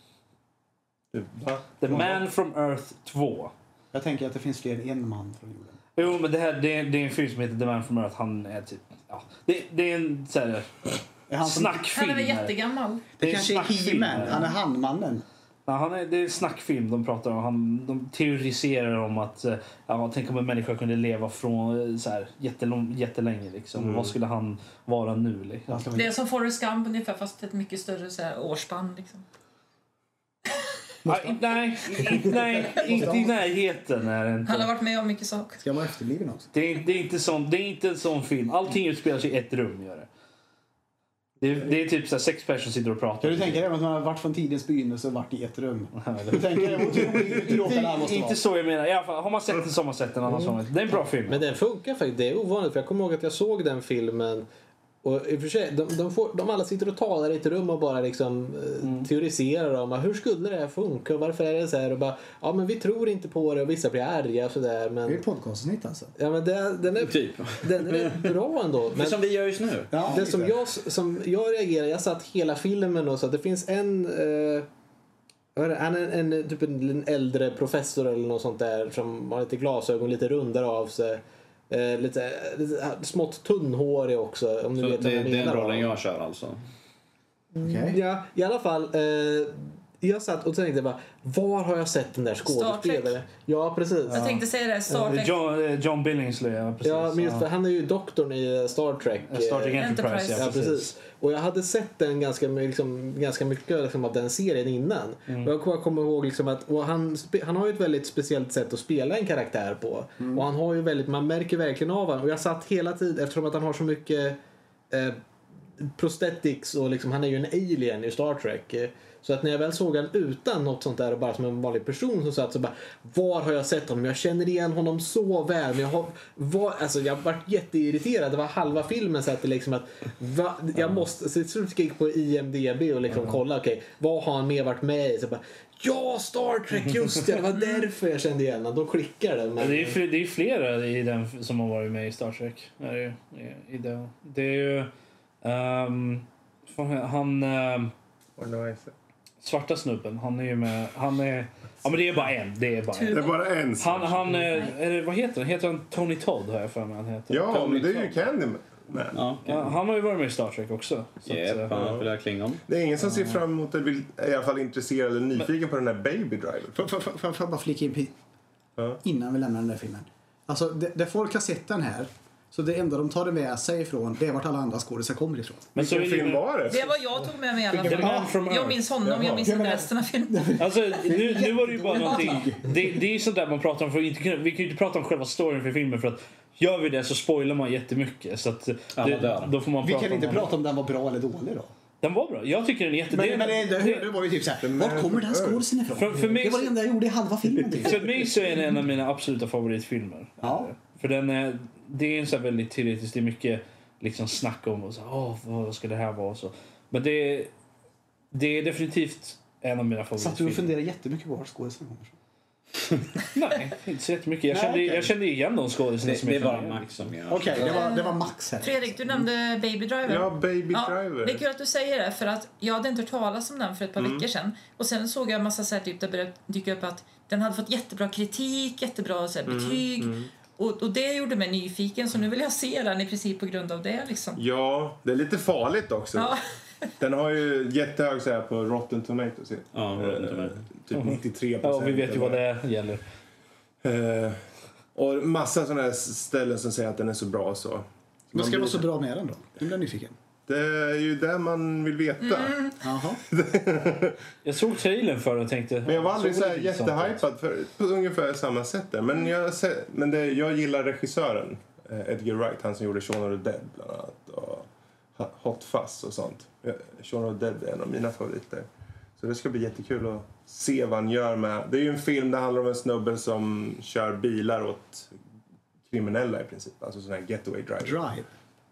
Du, va? The Man from Earth två. Jag tänker att det finns fler än en man från jorden. Jo, men det här det är, det är en film som heter The Man from Earth. Han är typ... Ja, det, det är en så här, Är han som, snackfilm. Han är väl här. jättegammal. det är en kanske är snackfilm He-Man. här. Han är handmannen. Ja, han är, det är en snackfilm de pratar om. Han, de teoriserar om att eh, ja, tänk om en människa kunde leva från eh, så här, jättelång, jättelänge. Liksom. Mm. Vad skulle han vara nu? Liksom? Han ska vara- Det är som Forrest Gump ungefär fast ett mycket större så här, årsspann. Liksom. Ja, i- nej, i- nej, inte i närheten är det Han har inte. varit med om mycket saker. Ska jag vara efterbliven också? Det är, det, är inte sån, det är inte en sån film. Allting utspelar sig i ett rum. Gör det. Det, är, det är typ så här, sex personer som sitter och pratar. Kan du tänka dig att man har varit från tidens begynnelse och varit i ett rum? Ja, Du det- tänker dig hur otroligt tråkigt det här måste Inte vara. så jag menar. I alla fall, har man sett den så har man sett den. Annars har man inte. Det är en bra film. Men den funkar faktiskt. Det är ovanligt. För jag kommer ihåg att jag såg den filmen. Och i och för sig, de, de, får, de alla sitter och talar i ett rum och bara liksom eh, Mm. teoriserar om hur skulle det här funka och varför är det så här och bara ja men vi tror inte på det och vissa blir arga och sådär Det är men ett podcastavsnitt alltså. ja men det, den är Typ. den är rätt bra ändå. Det Men som vi gör just nu. Ja, det lite. som jag som jag reagerar jag satt hela filmen och så att det finns en eh, vad är det? Han är en, en typ en äldre professor eller något sånt där som har lite glasögon lite rundare av sig. Eh, lite, lite smått tunnhårig också om ni Så vet det, vad jag det är menar. den rollen då. jag kör alltså. Okej. Ja, i alla fall. Eh, jag satt och tänkte bara, var har jag sett den där skådespelaren? Ja, precis. Jag tänkte säga det, Star Trek. John, John Billingsley, ja, precis. Ja, men just för han är ju doktorn i Star Trek. Star Trek Enterprise, Enterprise. ja, Ja, precis. Och jag hade sett den ganska, liksom, ganska mycket liksom, av den serien innan. Mm. Och jag kommer kommer ihåg liksom, att och han, spe, han har ju ett väldigt speciellt sätt att spela en karaktär på. Mm. Och han har ju väldigt, man märker verkligen av honom. Och jag satt hela tiden, eftersom att han har så mycket eh, prosthetics och liksom, han är ju en alien i Star Trek. Eh, Så att när jag väl såg han utan något sånt där och bara som en vanlig person som satt så bara, var har jag sett honom? Jag känner igen honom så väl, men jag har var, alltså jag var jätteirriterad. Det var halva filmen så att det liksom att va, jag måste så jag gick på I M D B och liksom kolla okej, okay, vad har han mer varit med i? Så bara, ja, Star Trek, just det, det var därför jag kände igen honom. Då klickar det. Men... Det är fler, det är flera i den som har varit med i Star Trek. Det är ju, i det. Det är ju um, han um, svarta snubben, han är ju med, han är, ja men det är bara en, det är bara en. Det är bara en. Han, han är det, vad heter han? Heter han Tony Todd har jag för mig han heter. Ja, Tony men det är ju Todd. Candyman. Ja, Ja, han har ju varit med i Star Trek också. Så Yep, att, han spelar Klingon. Det är ingen som ser fram emot eller vill, är i alla fall intresserad eller nyfiken på den här Baby Driver. Får får- får- får jag bara flika in pi- Ja. innan vi lämnar den där filmen. Alltså, det, det folk har sett den här, så det enda de tar det med sig ifrån, det är vart alla andra skådespelare kommer ifrån. men så är Vilken det, film var det? Det var jag tog med mig i alla The Man from fall. Earth. Jag minns honom, jag minns Jag inte menar- resten av filmen. Alltså, nu, nu var det ju bara någonting. Det, det är ju sånt där man pratar om för att inte kunna, vi kan ju inte prata om själva storyn för filmen för att gör vi det så spoilar man jättemycket så att Alla det, dör. då får man Vi prata kan inte om prata om den var bra eller dålig då. Den var bra. Jag tycker den är jätte Men, det, men det, det, det var ju typ såhär, vart kommer den skådisen ifrån? För- för mig det var så- det enda jag gjorde i halva filmen. Typ. För mig så är den en av mina absoluta favoritfilmer. Ja. För den är, det är en så här väldigt teoretisk, det är mycket liksom snack om och så, åh, vad ska det här vara och så. Men det är, det är definitivt en av mina Satt du och favoritfilmer. funderade jättemycket på vart skådisen kommer ifrån? Nej, inte så jättemycket. Jag Nej, kände, okej. jag kände igen de skådespelarna Det, som det är jag bara känner igen. Max som gör. Okej, det, var, det var Max här. Fredrik, du nämnde Baby Driver. Ja, Baby Ja, Driver. det är kul att du säger det, för att jag hade inte hört talas om den för ett par veckor sedan. Och sen såg jag en massa så här, typ, där började dyka upp att den hade fått jättebra kritik, jättebra så här, betyg. Och, och det gjorde mig nyfiken, så nu vill jag se den i princip på grund av det. Liksom. Ja, det är lite farligt också. Ja. Den har ju jättehög så här på Rotten Tomatoes. Ja, Rotten Eh, Tomatoes. Typ nittiotre procent. Ja, vi vet ju vad det gäller. Eh, och massa sådana här ställen som säger att den är så bra så. Vad ska Man vara så blir- bra med den då? Nu blir jag nyfiken. Det är ju det man vill veta. Jaha. Jag såg trailern för och tänkte... Men jag var aldrig såg så här lite intressant ut. jättehypad för, på ungefär samma sätt där. Men, jag, har sett- men det, jag gillar regissören eh, Edgar Wright, han som gjorde Shaun of the Dead bland annat. Och Ha- Hot Fuzz och sånt. Eh, Shaun of the Dead är en av mina favoriter. Så det ska bli jättekul att se vad han gör med... Det är ju en film där handlar om en snubbe som kör bilar åt kriminella i princip. Alltså sån här getaway driver. Drive.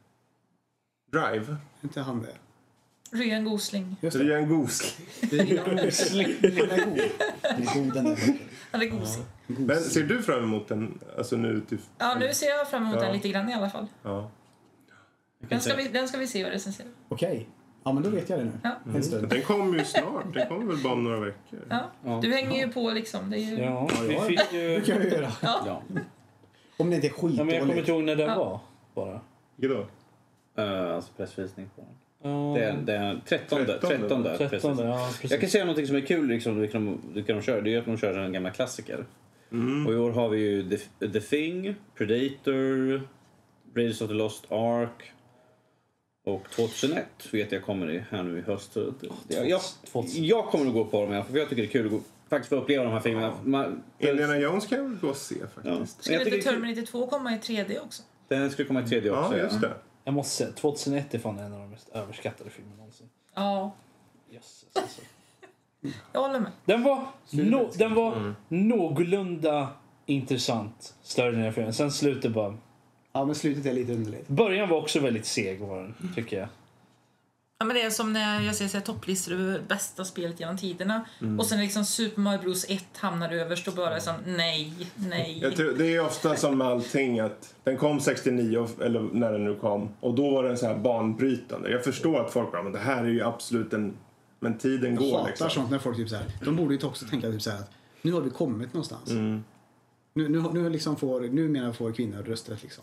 Drive? Inte han det. Ryan Gosling. Just Så det det. är en Gosling. Det är den är god. Den är god den där. Han är gosig. Men ser du fram emot den? Alltså nu till... Ja, nu ser jag fram emot Ja. den lite grann i alla fall. Ja. Den ska vi, den ska vi se och recensera. Okej. Ja, men då vet jag det nu. Ja. En stund. Den kommer ju snart. Den kommer väl bara om några veckor. Ja. Ja. Du hänger ju på liksom. Det är ju... Ja, vi fick ju... Det kan vi göra. Ja. Om det inte är Ja, men jag kommer skitdåligt. inte ihåg när det Ja. var, bara. Vilket då? Uh, alltså pressvisning på den. Ja, Det är, det är trettonde, Trettonde. trettonde, trettonde, pressvisning. ja, precis. Jag kan säga något som är kul, liksom, vilka de, vilka de kör. Det är ju att de kör en gamla klassiker. Mm. Och i år har vi ju The, The Thing, Predator, Raiders of the Lost Ark och tjugohundraett vet jag kommer i här nu i höst. Så det- jag, jag, jag kommer att gå på dem, för jag tycker det är kul att gå, faktiskt få uppleva de här filmerna. Man, Indiana Jones kan jag väl gå och se ja. faktiskt. Men jag Skulle tycker inte det är kul. Terminator två komma i tre D också? Den skulle komma i tredje också. Ja, just det. Jag måste säga, tjugohundraett är fan en av de mest överskattade filmerna någonsin. Ja, Jösses, alltså. jag håller med. Den var, no, den var någorlunda intressant, större än den filmen. Sen slutet bara... Ja, men slutet är lite underligt. Början var också väldigt seg, var den, tycker jag. Ja, men det är som när jag ser så här topplistor över bästa spelet genom tiderna. Och sen liksom Super Mario Bros ett hamnar överst och bara så nej, nej. Jag tror, det är ofta som med allting att den kom sextionio, eller när den nu kom. Och då var den så här banbrytande. Jag förstår att folk bara, men det här är ju absolut en... Men tiden Jag går hatar liksom. sånt när folk typ så här. De borde ju också tänka typ så här att nu har vi kommit någonstans. Mm. Nu, nu, nu, liksom får, numera får kvinnor rösträtt liksom.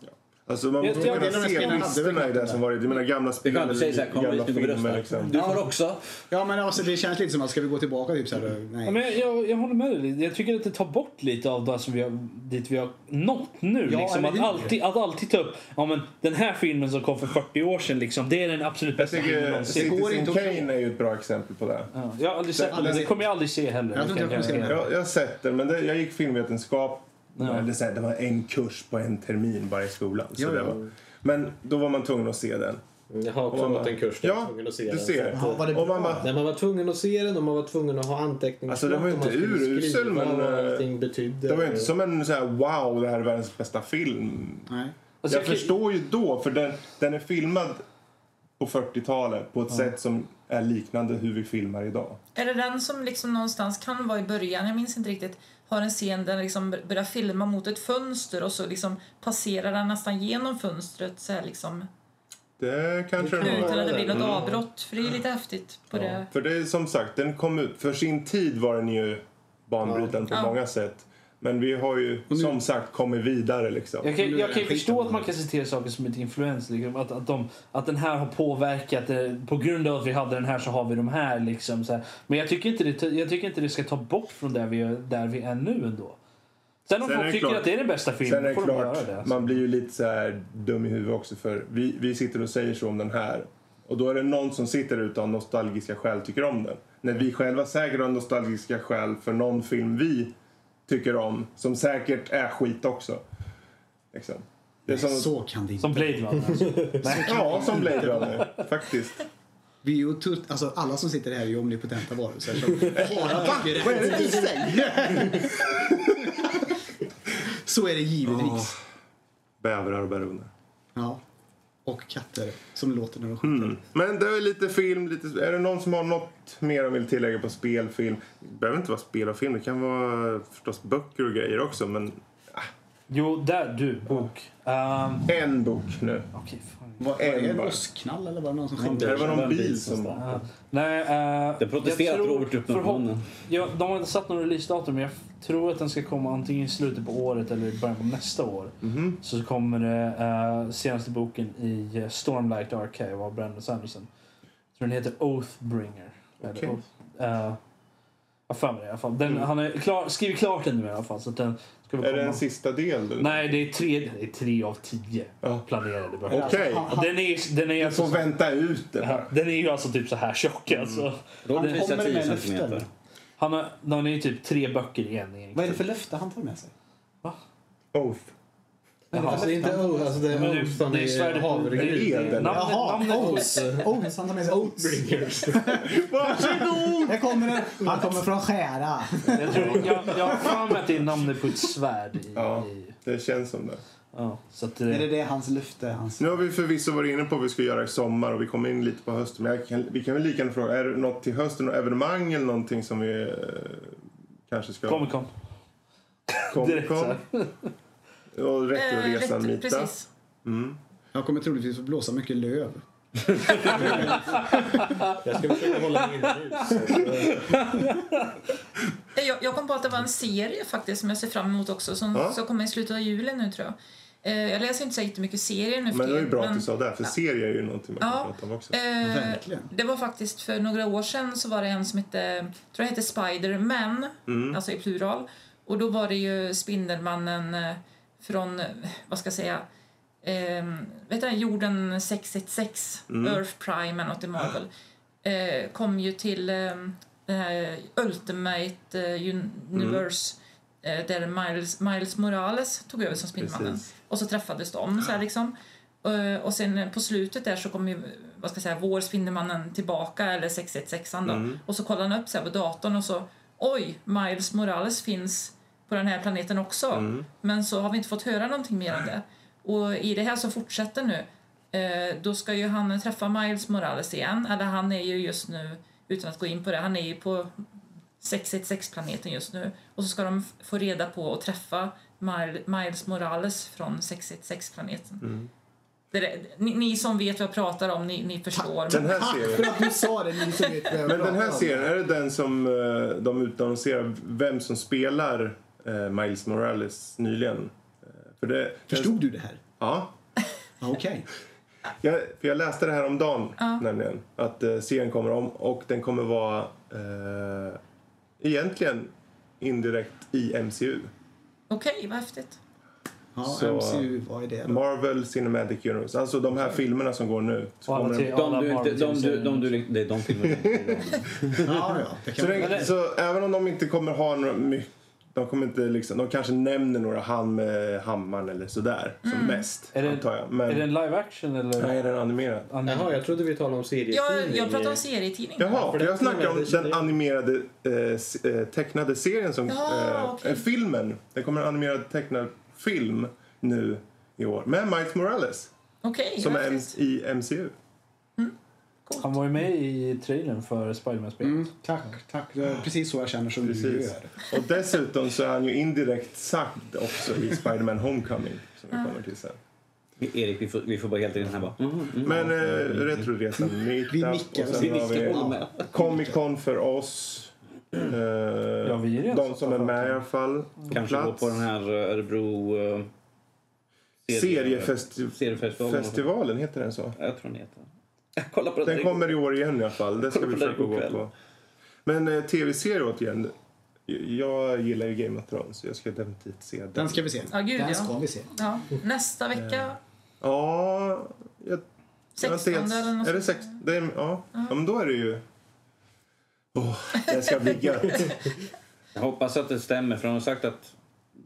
Alltså man Jag- måste jag- kunna jag- se jag- jag- bristerna i det som varit. Jag menar gamla Det spel kan du säga så här, eller kommer gamla vi ska gå och filmer rösta. liksom. Du får också. Ja, men alltså, det känns lite som att ska vi gå tillbaka typ så här, nej. Ja, men jag, jag, jag håller med dig lite. Jag tycker att det tar bort lite av det som vi har, dit vi har nått nu. Ja, liksom, eller att, hur? alltid, att alltid ta upp ja, men den här filmen som kom för fyrtio år sedan. Liksom, det är den absolut Jag bästa filmen tycker någonsin. går Citizen inte att- Kane är ju ett bra exempel på det. Ja, jag har aldrig sett aldrig den. Det sett. kommer jag aldrig se heller. Jag tror inte jag kommer se den. Jag, jag har sett den, men det, jag gick filmvetenskap. Ja. Eller så här, det var en kurs på en termin bara i skolan. Så Ja, det ja. var, men då var man tvungen att se den. Jag har också Och man gått en kurs där jag var tvungen att se du den. ser. Så Ja, att, var det Och man bra? bara, när man var tvungen att se den och man var tvungen att ha anteckningsblock. Alltså, den var ju och man inte skulle urusel, skriva men, vad eh, allting betydde. det var ju inte som en så här, wow, det här är världens bästa film. Nej. Alltså, Jag jag- förstår ju då, för den, den är filmad på fyrtiotalet på ett sätt som är liknande hur vi filmar idag. Är det den som liksom någonstans kan vara i början, jag minns inte riktigt, har en scen där den liksom börjar filma mot ett fönster och så liksom passerar den nästan genom fönstret så här liksom, Det kanske den utan var. att det blir något Mm. avbrott, för det är lite häftigt på det. För det är som sagt, den kom ut, för sin tid var den ju banbrytande på Ja. många sätt. Men vi har ju nu- som sagt kommit vidare liksom. Jag kan, Nu är jag det kan ju skiten förstå på att man det. kan citera saker som ett influens. Liksom, att, att, de, att den här har påverkat. eh, På grund av att vi hade den här så har vi de här. Liksom, så här. Men jag tycker, inte det, jag tycker inte det ska ta bort från där vi, är- där vi är nu ändå. Sen om Sen är folk det tycker klart- att det är den bästa Sen filmen är det får de göra klart, det. Alltså. man blir ju lite så här dum i huvudet också för vi, vi sitter och säger så om den här. Och då är det någon som sitter ute av nostalgiska skäl tycker om den. När vi själva säkert har nostalgiska skäl för någon film vi tycker om, som säkert är skit också. Liksom. Det är som, Så kan det inte. Som Blade Runner. Alltså. Nej. ja, som Blade Runner, faktiskt. Vi är ju tut, alltså alla som sitter här är ju omnipotenta varelser som bara tycker Vad är det rätt. du säger? Så är det givetvis. Bävrar och baroner. Ja. Och katter som låter när de skjuter. Mm. Men det är lite film, lite, är det någon som har något mer de vill tillägga på spelfilm? Det behöver inte vara spel och film, det kan vara förstås böcker och grejer också, men Jo, där du, bok. Um, en bok nu. Okej, fan. Var, var det En en bara. åskknall eller var det någon som Ja, skämde? Det var någon en bil bil som... som Ja. Nej, uh, Det protesterat Robert upp med munnen. Ja, de har inte satt någon releasedatum, men jag f- tror att den ska komma antingen i slutet på året eller i början på nästa år. Mhm. Så kommer det uh, senaste boken i uh, Stormlight Archive av Brandon Sanderson. Jag tror den heter Oathbringer. Eller Okej. Oath, uh, jag har för mig det i alla fall. Den, Han har klar, skrivit klart den nu i alla fall. Så att den ska väl Är komma. det en sista del? Du? Nej, det är tre, det är tre av tio Ja. planerade böcker. Okej, Och Den är, den är du alltså, får vänta ut det ja, bara. den är ju alltså typ så här tjock. Alltså. Robert Han visar kommer tio med centimeter. löften. Han har, han är ju typ tre böcker i en. egentligen. Vad är det för löfte han tar med sig? Oath. Vad är det för Alltså, det är inte löfte han tar Oath, med alltså sig? det är Men det- Oath som det är svärdet är på- havregryn. det är eden. Namnet, Jaha, namnet Oaths. Oaths, han tar med sig Oaths. Oathbringers. Varsågod! Där kommer det. Han kommer från Skära. Jag, tror, jag, jag har för mig att det är namnet på ett svärd. I, Ja. i, Det känns som det. ja, så att, Är det det, det hans löfte? Hans... Nu har vi förvisso varit inne på vad vi ska göra i sommar och vi kommer in lite på hösten. Men jag kan, vi kan väl lika gärna fråga, är det något till hösten, något evenemang eller någonting som vi eh, kanske ska... Comic Con. Comic Direkt så Con. här. Och Retroresan rätt- Mita. precis. Mm. Jag kommer troligtvis att blåsa mycket löv. Jag ska försöka hålla mig inomhus. Jag, jag kom på att det var en serie faktiskt som jag ser fram emot också som Ja. så kommer i slutet av julen nu tror jag. Eh, jag läser inte så jättemycket serier nu för Men det var ju tiden, bra att men- du sa det, för serier är ju någonting man kan Ja. prata om också. Eh, Verkligen. det var faktiskt för några år sedan så var det en som hette, jag tror det hette Spider-Man, Mm. alltså i plural. Och då var det ju Spindelmannen eh, från, eh, vad ska jag säga, eh, vet du, jorden sex ett sex, Mm. Earth Prime eller något i Marvel. Eh, kom ju till eh, den här Ultimate eh, Universe eh, där Miles, Miles Morales tog över som Spindelmannen. Precis. Och så träffades de så här liksom. Eh, Och sen på slutet där så kom ju, vad ska jag säga, vår Spindelmannen tillbaka, eller sex ett sex då. Mm. Och så kollade han upp så här på datorn och så, oj, Miles Morales finns på den här planeten också. Mm. Men så har vi inte fått höra någonting mer om det. Och i det här som fortsätter nu, eh, då ska ju han träffa Miles Morales igen. Eller han är ju just nu, utan att gå in på det, han är ju på sex ett sex-planeten just nu. Och så ska de f- få reda på och träffa Mil- Miles Morales från sex ett sex-planeten. Mm. Det är, ni, ni som vet vad jag pratar om, ni, ni förstår. Den här Tack för serien. att du sa det, ni som vet vad jag Men den pratar här om. serien, är det den som eh, de utannonserar vem som spelar eh, Miles Morales nyligen? Eh, För det, Förstod du det här? Ja. Ja, okej. Jag, för jag läste det här om dagen Ja. nämligen. Att uh, serien kommer om och den kommer vara uh, egentligen indirekt i M C U. Okej, vad häftigt. Ja, Så- M C U, vad är det då? Marvel Cinematic Universe. Alltså de här filmerna som går nu. Så Och alla kommer te- den, De alla du inte, de du, de du, Marvel-serier. det är de filmerna. Ja, ja. Det så, kan den, det- så även om de inte kommer ha några mycket, de kommer inte liksom, de kanske nämner några han med hammaren eller sådär som mest, Är det- antar jag. Men Är det en live action eller? nej, den är animerad. Jaha, jag trodde vi talade om serietidning. Jag, jag pratar om serietidning. Jaha, för för det jag snackar om det känner den jag. animerade eh, s- eh, tecknade serien som Ja, eh, okej. eh, filmen. Det kommer en animerad tecknad film nu i år med Miles Morales Okej, som vad är häftigt. i M C U. Han var ju med i trailern för Spider-Man-spelet. Mm, tack, tack. Det är precis så jag känner som du Precis. gör. Och dessutom så är han ju indirekt sagd också i Spider-Man Homecoming som vi kommer till sen. Erik, vi får, vi får bara helt in här bara. Mm, mm. Men eh, Retroresan meetup Vi nickar och och sen vi har nickar vi håller med. Comic Con för oss. Eh, Ja, vi är redan de så som är bra. med i alla fall. På Kanske gå plats. på den här eh, Örebro... Uh, Seriefestivalen seriefestivalen. heter den så. Jag tror den heter. Jag kollar på den. Den kommer i år igen i alla fall. Det ska Kolla vi på den försöka gå ikväll. på. Men eh, tv-serier återigen. Jag gillar ju Game of Thrones så jag ska definitivt se den. Den ska vi se. Ja, gud, Den ja. ska vi se. Ja, nästa vecka, Ja, jag, jag har inte sextonde helt- eller något Är det sånt. sex? Det är, ja. ja, men då är det ju... Åh, det ska bli gött. Jag hoppas att det stämmer för de har sagt att...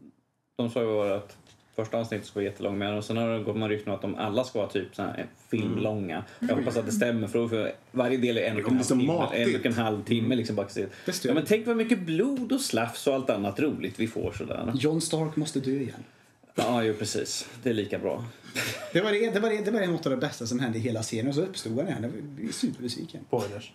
De sa ju att första avsnittet ska vara jättelångt med och sen har det gått man rykten om att de alla ska vara typ så här filmlånga. Jag hoppas att det stämmer för, för varje del är en och en blir halv så timme. matigt. En och en halv timme liksom bara se. Det styr. Ja, men tänk vad mycket blod och slafs och allt annat roligt vi får sådär. John Stark måste dö igen. Ja, ju precis. Det är lika bra. Det var, det, det, var det, det var något av det bästa som hände i hela serien och så uppstod han igen. Jag blev superbesviken. Spoilers.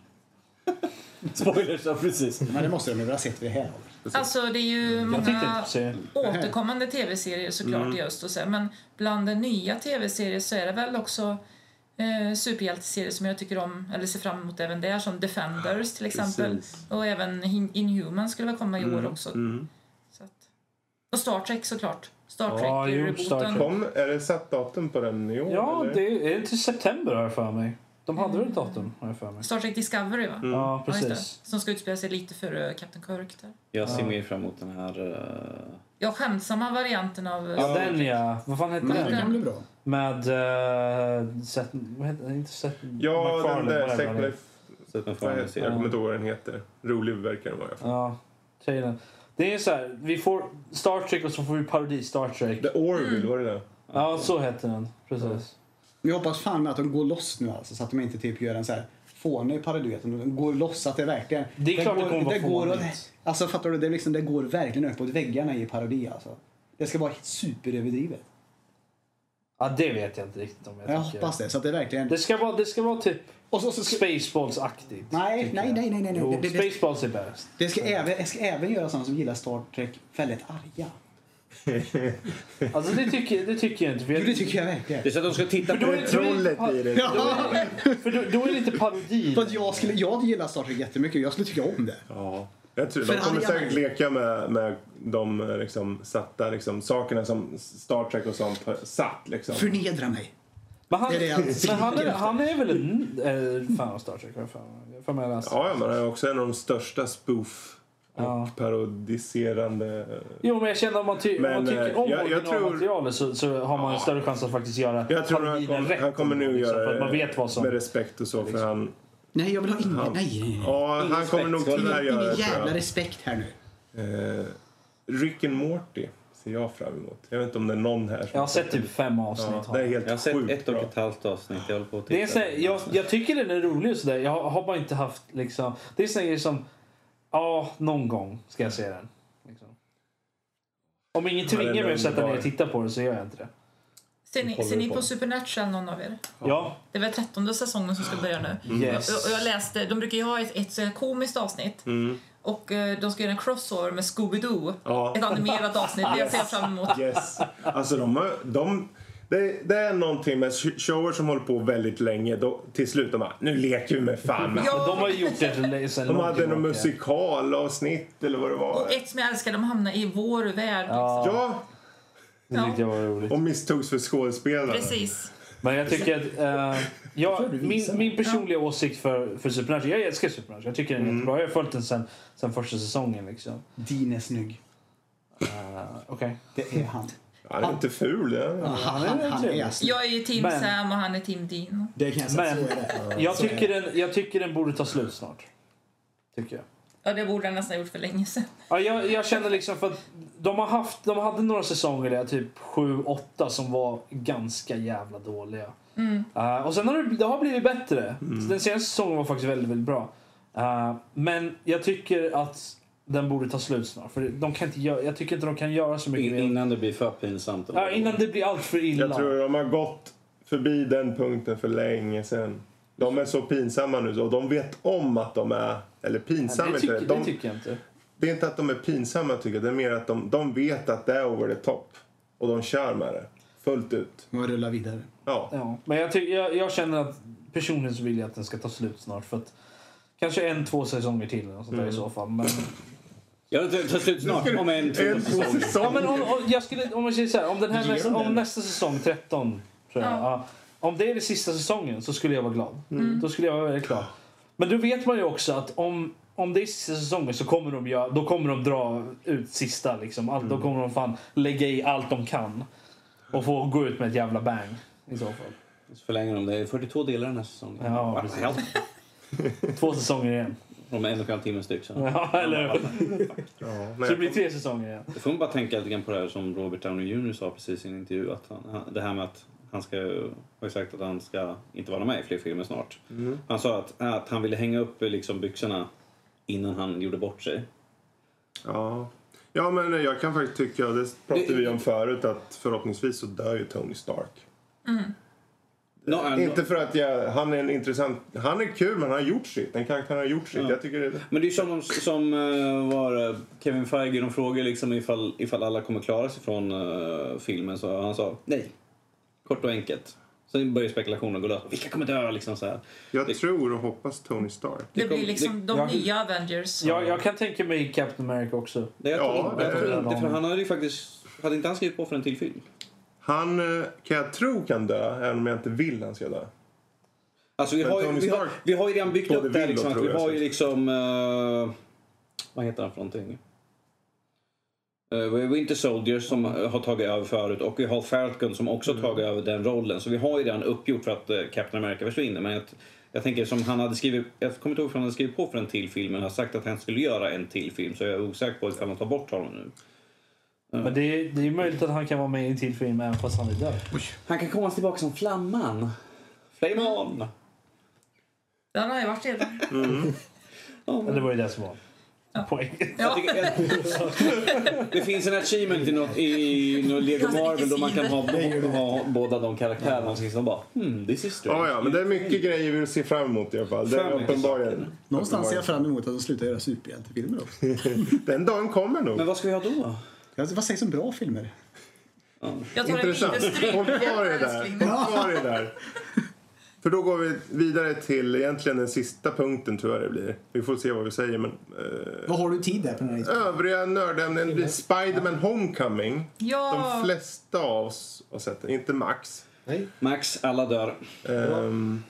Spoilers, ja precis. Men det måste de ju väl ha sett vid det här hållet. Alltså det är ju Jag tänkte många inte se. återkommande tv-serier såklart Mm. i öst och så, men bland de nya tv-serier så är det väl också eh, superhjälteserier som jag tycker om eller ser fram emot även där, som Defenders till exempel. Precis. Och även In- Inhuman skulle väl komma i år också. Mm. Så att. Och Star Trek såklart. Star Ja, Trek jo, rebooten. Star Trek. Kom, är det satt datum på den i år? Ja, eller? det är till september har jag för mig. De hade väl ett datum har jag för mig. Star Trek Discovery va? Ja, Ja, just precis. det. Som ska utspela sig lite före Captain Kirk där. Jag ser Ja. mer fram emot den här... Uh... Ja, skämtsamma varianten av... Ja, den ja. Vad fan hette Men det den? kan bli bra. Med... Uh, Seth... Vad heter den? Inte Seth... Ja, den MacFarlane, där whatever säkert han med... är. Så att man får vad en heter- serie. Jag kommer inte ihåg vad den heter. Rolig verkar den vara i alla fall. Ja, tjejen. Det är så här, vi får Star Trek och så får vi parodi Star Trek. The Orville, var det det? Ja, så heter den. Precis. Men jag hoppas fan med att de går loss nu alltså, så att de inte typ gör en så här fånig parodi. Utan de går loss så att det verkligen... Det är klart går, det kommer vara går, fånigt. Alltså fattar du? Det, är liksom, det går verkligen uppåt väggarna i parodi alltså. Det ska vara superöverdrivet. Ja, det vet jag inte riktigt om jag, Jag tycker. hoppas det. Så att det verkligen... Det ska vara, det ska vara typ Och så, så ska... Spaceballs-aktigt. Nej, tycker nej, jag. nej, nej, nej, nej. Jo, Det- det- Spaceballs är bäst. Det ska, även, det ska även göra sådana som gillar Star Trek väldigt arga. Alltså det tycker, det tycker jag inte. För, jag, Jo, det tycker jag verkligen. Det är så att de ska titta för på... då är, då är, Trollet i det. Ja, för då, då är det inte parodi. för att jag, skulle, jag gillar Star Trek jättemycket. Jag skulle tycka om det. Ja. Jag tror, För de kommer arga säkert män. leka med, med de liksom, satta liksom, sakerna som Star Trek och sånt har satt. Liksom. Förnedra mig. Men han, Det är det jag men han, är, skriker han är väl en äh, fan av Star Trek? Vad fan? Jag får med läsa. Ja, ja, men han är också en av de största spoof och Ja. parodiserande... Jo, men jag känner om man, ty- om Men, man tycker eh, om jag- jag originalmaterialet så, så har man en Ja. större chans att faktiskt göra Jag tror han, parodierna kom, rätt. han kommer nu liksom, göra för att man det vet vad som... med respekt och så. För han, Nej, jag vill ha ingen... Han- Nej, nej, nej. ja, Ingen han kommer respekt, nog ska tyvärr det- göra Ingen det. tror jävla jag. respekt här nu. Eh, Rick and Morty ser jag fram emot. Jag vet inte om det är någon här som Jag har sett typ fem avsnitt. Ja, det är helt Jag har sett sjukt ett och bra. ett halvt avsnitt. Jag håller på att Det är titta. så här, jag, jag tycker den är rolig och sådär. Jag har bara inte haft liksom... Det är sån grej som... Ja, någon gång ska jag se den. Liksom. Om ingen Ja, tvingar den mig att sätta underbar. ner och titta på det så gör jag inte det. Ser ni, Håller ser ni på. på Supernatural någon av er? Ja. Det är väl trettonde säsongen som ska börja nu. Yes. Och, och jag läste, de brukar ju ha ett, ett så här komiskt avsnitt. Mm. Och eh, de ska göra en crossover med Scooby-Doo. Ja. Ett animerat avsnitt, det ser jag fram emot. Yes. Alltså de, har- de det, det är någonting med shower som håller på väldigt länge. Då, till slut de bara, nu leker vi med fan. Ja. De har ju gjort det sen De långt hade någon tillbaka. musikalavsnitt eller vad det var. Och ett som jag älskar, de hamnar i vår värld. Ja, Ja, det tyckte jag var roligt. och misstogs för skådespelare. Precis. Men jag tycker att uh, jag, min, min personliga ja. åsikt för, för Supernatural, jag älskar Supernatural. Jag tycker den är mm. jättebra. Jag har följt den sen, sen första säsongen. Liksom. Dean är snygg. Uh, Okej. Okay. Det är han. Han är inte ful. Ja. Ja, han, han, han är snygg. Jag är ju Team men, Sam och han är Team Dean. Det kan jag säga. Men, så är det. Jag, tycker den, jag tycker den borde ta slut snart. Tycker jag. Ja, det borde den nästan gjort för länge sedan. Ja, jag, jag känner liksom för att de har haft, de hade några säsonger där, typ sju åtta som var ganska jävla dåliga. Mm. Uh, och sen har det, det har blivit bättre. Mm. Den senaste säsongen var faktiskt väldigt, väldigt bra. Uh, men jag tycker att den borde ta slut snart. För de kan inte göra, jag tycker inte de kan göra så mycket. In, innan det blir för pinsamt. Ja, innan det blir allt för illa. Jag tror de har gått förbi den punkten för länge sedan. De är så pinsamma nu och de vet om att de är eller pinsamma. Ja, det, tycker, de, det tycker jag inte. Det är inte att de är pinsamma tycker jag. Det är mer att de, de vet att det är over the top. Och de kör med det. Fullt ut. Och rullar vidare. Ja. ja. Men jag, tycker, jag, jag känner att personligen så vill jag att den ska ta slut snart. För att, kanske en, två säsonger till och sånt där mm. i så fall. Men... Ja, det tar slut snart. Om en, två säsonger. Ja, men om, om, jag skulle, om man säger så här, om, den här nästa, om nästa säsong, tretton, tror jag. Ja. Ja, om det är det sista säsongen så skulle jag vara glad. Mm. Då skulle jag vara väldigt glad. Men då vet man ju också att om, om det är sista säsongen så kommer de, göra, då kommer de dra ut sista. Liksom. Allt, mm. Då kommer de fan lägga i allt de kan. Och få gå ut med ett jävla bang i så fall. Så förlänger de det. är fyrtiotvå delar den här säsongen. Ja, precis. Två säsonger igen. Om en och en halv timme styck. Så. Ja, eller ja, så det blir tre säsonger igen. Jag får man bara tänka lite grann på det här som Robert Downey junior sa precis i en intervju. Att han, det här med att han ska, har sagt att han ska inte vara med i fler filmer snart. Mm. Han sa att, att han ville hänga upp liksom byxorna innan han gjorde bort sig. Ja. Ja, men jag kan faktiskt tycka, det pratade vi om förut, att förhoppningsvis så dör ju Tony Stark. Mm. No, no. Inte för att jag, han är en intressant, han är kul men han har gjort sitt, den karaktären har gjort sitt. Ja. Jag tycker det är... Men det är som, som uh, var Kevin Feige, de frågade liksom ifall, ifall alla kommer klara sig från uh, filmen, så han sa nej. Kort och enkelt. Sen börjar spekulationen gå lös. Vilka kommer dö liksom så här. Jag det, tror och hoppas Tony Stark. Det, det blir liksom det, de jag, nya Avengers. Ja, jag kan tänka mig Captain America också. Det, jag tror, ja, det, jag tror inte, för han hade ju faktiskt, hade inte han skrivit på för en till film? Han kan jag tro kan dö, även om jag inte vill han ska dö. Alltså vi har, ju, vi, har, vi har ju redan byggt upp det liksom, att vi har ju liksom uh, vad heter han för någonting? Uh, Winter Soldier som har tagit över förut, och vi har Falcon som också mm. tagit över den rollen. Så vi har ju redan uppgjort för att uh, Captain America försvinner. Men jag, jag tänker som han hade skrivit, jag kommer inte ihåg om han hade skrivit på för en till film, men har sagt att han skulle göra en till film, så jag är osäker på ifall han tar bort honom nu. Men det är, det är möjligt att han kan vara med i en till film även fast han är död. Han kan komma tillbaka som Flamman. Flame on! Den har ju varit redan. Mm. Oh, men det var ju det som var ja. poängen. Ja. Det finns en achievement i något, i något Lego Marvel då man kan ha, ha båda de karaktärerna och liksom bara, hmm, this is strange. Ja, ja, men det är mycket grejer vi vill se fram emot i alla fall. Det är uppenbarligen. Någonstans ser jag fram emot att de slutar göra superhjältefilmer också. Den dagen kommer nog. Men vad ska vi ha då? Ja, vad sägs om bra filmer? Ja. Jag tar intressant. Håll kvar det där. Håll kvar det där. För då går vi vidare till egentligen den sista punkten, tror jag det blir. Vi får se vad vi säger, men... Eh, vad har du tid där på den här? Övriga nördämnen blir Spider-Man Homecoming. Ja. De flesta av oss har sett den. Inte Max. Nej. Max, alla dör. Um,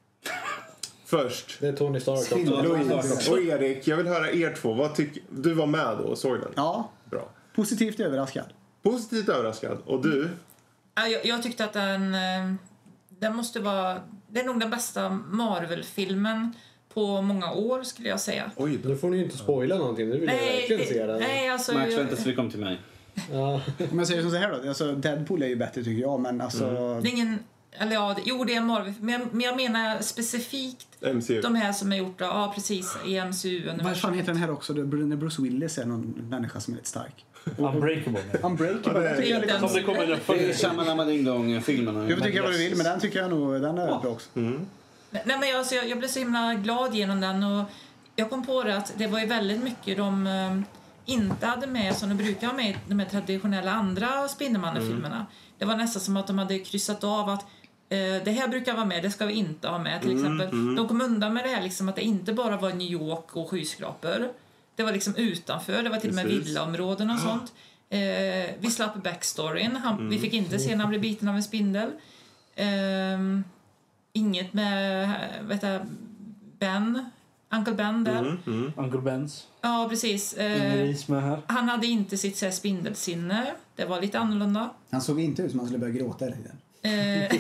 först. Det är Tony Stark. Louise och Erik, jag vill höra er två. Vad tyck, du var med då och såg den? Ja. Bra. Positivt överraskad. Positivt överraskad. Och du? Ja, jag, jag tyckte att den... Den måste vara... Det är nog den bästa Marvel-filmen på många år, skulle jag säga. Oj, då får ni ju inte spoila någonting. Nu vill nej, jag verkligen se den. Nej, alltså... Max, vänta så vi kom till mig. Ja. Om jag säger så här då. Alltså, Deadpool är ju bättre, tycker jag. Men alltså... Mm. Det är ingen... Eller ja, det, jo, det är en Marvel. Men jag, men jag menar specifikt M C U. De här som är gjort, ja precis, i M C U. Vad fan heter den här också? När Bruce Willis är någon människa som är lite stark. Unbreakable. Unbreakable. Ja, det, är det, som det kommer den det är samma namn ding dong filmen. Jag får tycka vad du vill, men den tycker jag nog den är ja. bra också. Mm. Nej, men jag, alltså, jag, jag blev så himla glad genom den, och jag kom på det att det var ju väldigt mycket de um, inte hade med som de brukar ha med i de här traditionella andra Spindelmannen-filmerna. Mm. Det var nästan som att de hade kryssat av att det här brukar vara med, det ska vi inte ha med till exempel. Mm, mm. De kom undan med det här liksom, att det inte bara var New York och skyskrapor. Det var liksom utanför, det var till och med villaområden och sånt. Eh, vi slapp backstoryn, han, mm. vi fick inte se när han blev biten av en spindel. Ehm, inget med vet jag, Ben, Uncle Ben där. Mm, mm. Uncle Ben's. Ja, precis. Ingen Ehm, is med här. han hade inte sitt så här, spindelsinne. Det var lite annorlunda. Han såg inte ut som han skulle börja gråta hela tiden. Ehm,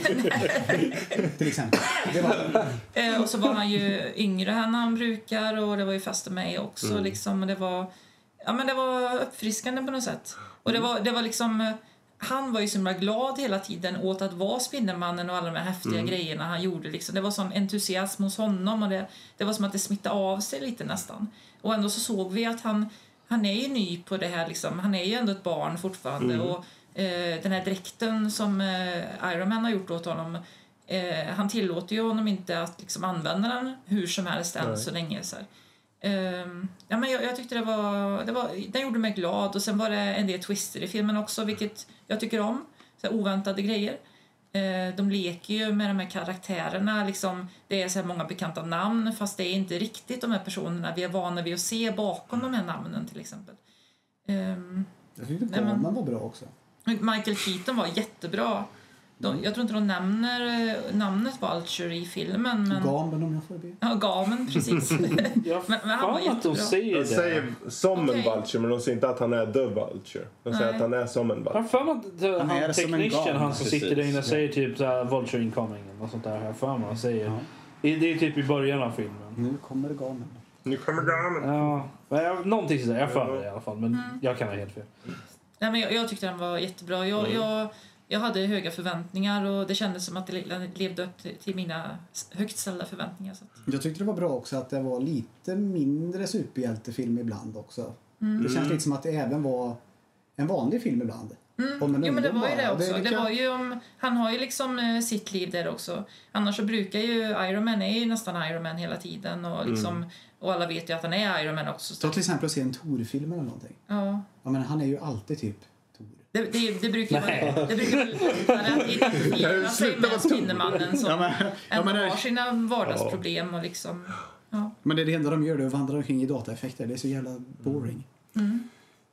Till exempel. Det var... Eh, och så var han ju yngre än han brukar och det var ju fast med mig också Mm. liksom, och det var ja men det var uppfriskande på något sätt. Och det var det var liksom eh, han var ju så himla glad hela tiden åt att vara Spindelmannen och alla de här häftiga Mm. grejerna han gjorde liksom. Det var sån entusiasm hos honom och det det var som att det smittade av sig lite nästan. Och ändå så såg vi att han han är ju ny på det här liksom. Han är ju ändå ett barn fortfarande Mm. och eh, den här dräkten som eh, Iron Man har gjort åt honom. Eh, han tillåter ju honom inte att liksom använda den hur som helst än så länge. Så här. Eh, ja, men jag, jag tyckte det var, det var... Den gjorde mig glad. Och sen var det en del twister i filmen också, vilket jag tycker om. Så här, oväntade grejer. Eh, de leker ju med de här karaktärerna. Liksom, det är så här många bekanta namn, fast det är inte riktigt de här personerna vi är vana vid att se bakom de här namnen till exempel. Eh, Jag tyckte Nej, men- Gamen var bra också. Michael Keaton var jättebra. De, jag tror inte de nämner eh, namnet Vulture i filmen. Men... Gamen om jag får be. Ja, Gamen, precis. Jag Men- men han var fan att de jättebra. säger De det. säger som Okej. en vulture, men de säger inte att han är the vulture. De säger Nej. att han är som en vulture. Jag har för mig att det- Han är han, som en technician, gal. han som Precis. sitter där inne säger typ såhär Vulture incoming och sånt där. Jag har för mig han säger. Ja. I- Det är typ i början av filmen. Nu kommer Gamen. Nu kommer damen. Ja, men jag- någonting sådär. Jag har för mig det i alla fall. Men Mm. jag kan ha helt fel. Nej, men jag, jag tyckte den var jättebra. Jag, Mm. jag, jag hade höga förväntningar och det kändes som att det le- levde upp till, till mina högt ställda förväntningar. Så att, Jag tyckte det var bra också att det var lite mindre superhjältefilm ibland också. mm. Det känns lite som att det även var en vanlig film ibland. Mm. Om en Jo, men det ungdom var ju bara. det också. Det Det kan- var ju om, han har ju liksom eh, sitt liv där också. Annars så brukar ju Iron Man är ju nästan Iron Man hela tiden. Och, liksom, och alla vet ju att han är Iron Man också. Så, Ta till exempel att se en Thor-film eller någonting. ja. Ja, men han är ju alltid typ Thor. Det, det, det brukar vara det brukar vara lättare att identifiera sig Sluta vara med Spindelmannen som Ja, men, ja, än men, har det, sina vardagsproblem och liksom... Ja. men det är det enda de gör, det är att vandra omkring i dataeffekter. Det är så jävla boring. Mm.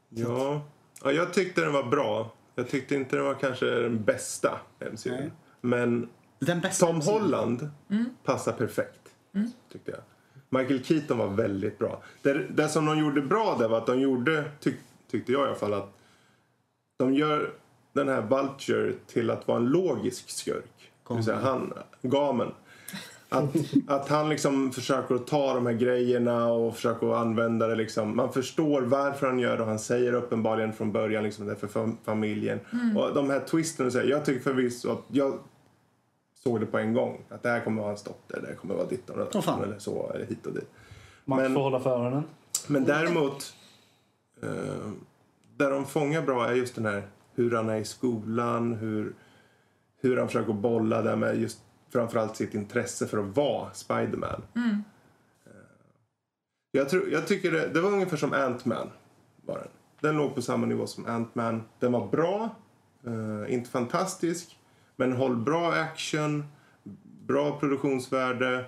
Ja. ja, jag tyckte den var bra. Jag tyckte inte den var kanske den bästa M C U. Nej. Men Den bästa Tom Holland Mm. passar perfekt, tyckte jag. Michael Keaton var väldigt bra. Det, det som de gjorde bra där var att de gjorde, tyck, tyckte jag i alla fall, att de gör den här Vulture till att vara en logisk skurk. Det vill säga han, Gamen. Att, att han liksom försöker att ta de här grejerna och försöker att använda det liksom. Man förstår varför han gör det och han säger uppenbarligen från början liksom det är för fam- familjen. Och de här twisten, så här, jag tycker förvisso att jag såg det på en gång. Att det här kommer vara hans dotter, det här kommer vara ditt och Åh, fan. eller så, eller hit och dit. Man Men- får hålla för öronen. Men däremot, eh, där de fångar bra är just den här hur han är i skolan, hur, hur han försöker bolla där med just framförallt sitt intresse för att vara Spider-Man. Mm. Eh, jag, tror, jag tycker det, det var ungefär som Ant-Man var den. Den låg på samma nivå som Ant-Man. Den var bra, eh, inte fantastisk, men håll bra action, bra produktionsvärde.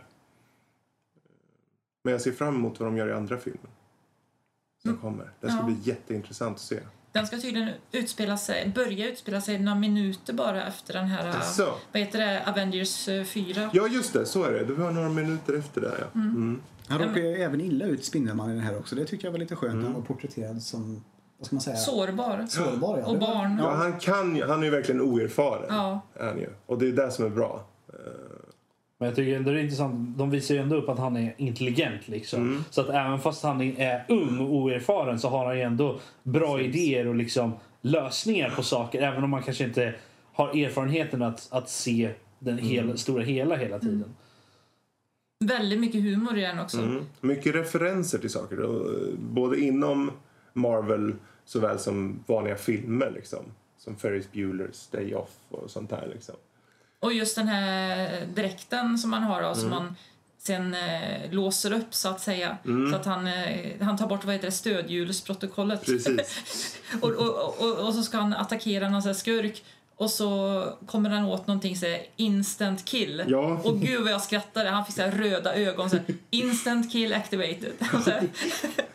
Men jag ser fram emot vad de gör i andra filmer som kommer. Det ska Ja. bli jätteintressant att se. Den ska tydligen utspela sig, börja utspela sig några minuter bara efter den här... Jaså? Vad heter det? Avengers eh, fyra. Ja, just det. Så är det. Det var några minuter efter det, ja. Mm. Han råkar ju även illa ut, Spindelmannen, i den här också. Det tycker jag var lite skönt. Mm. Han var porträtterad som, vad ska man säga? Sårbar. Sårbar, ja. Och Det var- barn. Ja, han kan ju, han är ju verkligen oerfaren. Ja. Är han ju. Och det är det som är bra. Eh, Men jag tycker ändå det är intressant. De visar ju ändå upp att han är intelligent liksom. Mm. Så att även fast han är ung och oerfaren så har han ju ändå bra idéer och liksom lösningar på saker. Även om man kanske inte har erfarenheten att, att se den hela, stora hela hela tiden. Väldigt mycket humor i den också. Mm. Mycket referenser till saker. Och, eh, både inom Marvel såväl som vanliga filmer liksom. Som Ferris Bueller's Day Off och sånt här liksom. Och just den här dräkten som man har då, som man sen eh, låser upp så att säga. Så att han, eh, han tar bort vad heter det, stödhjulsprotokollet. Precis. och, och, och, och så ska han attackera någon sån här skurk. Och så kommer han åt någonting så här, instant kill. Ja. Och gud vad jag skrattade. Han fick så här röda ögon. Så här, instant kill activated. Och så här,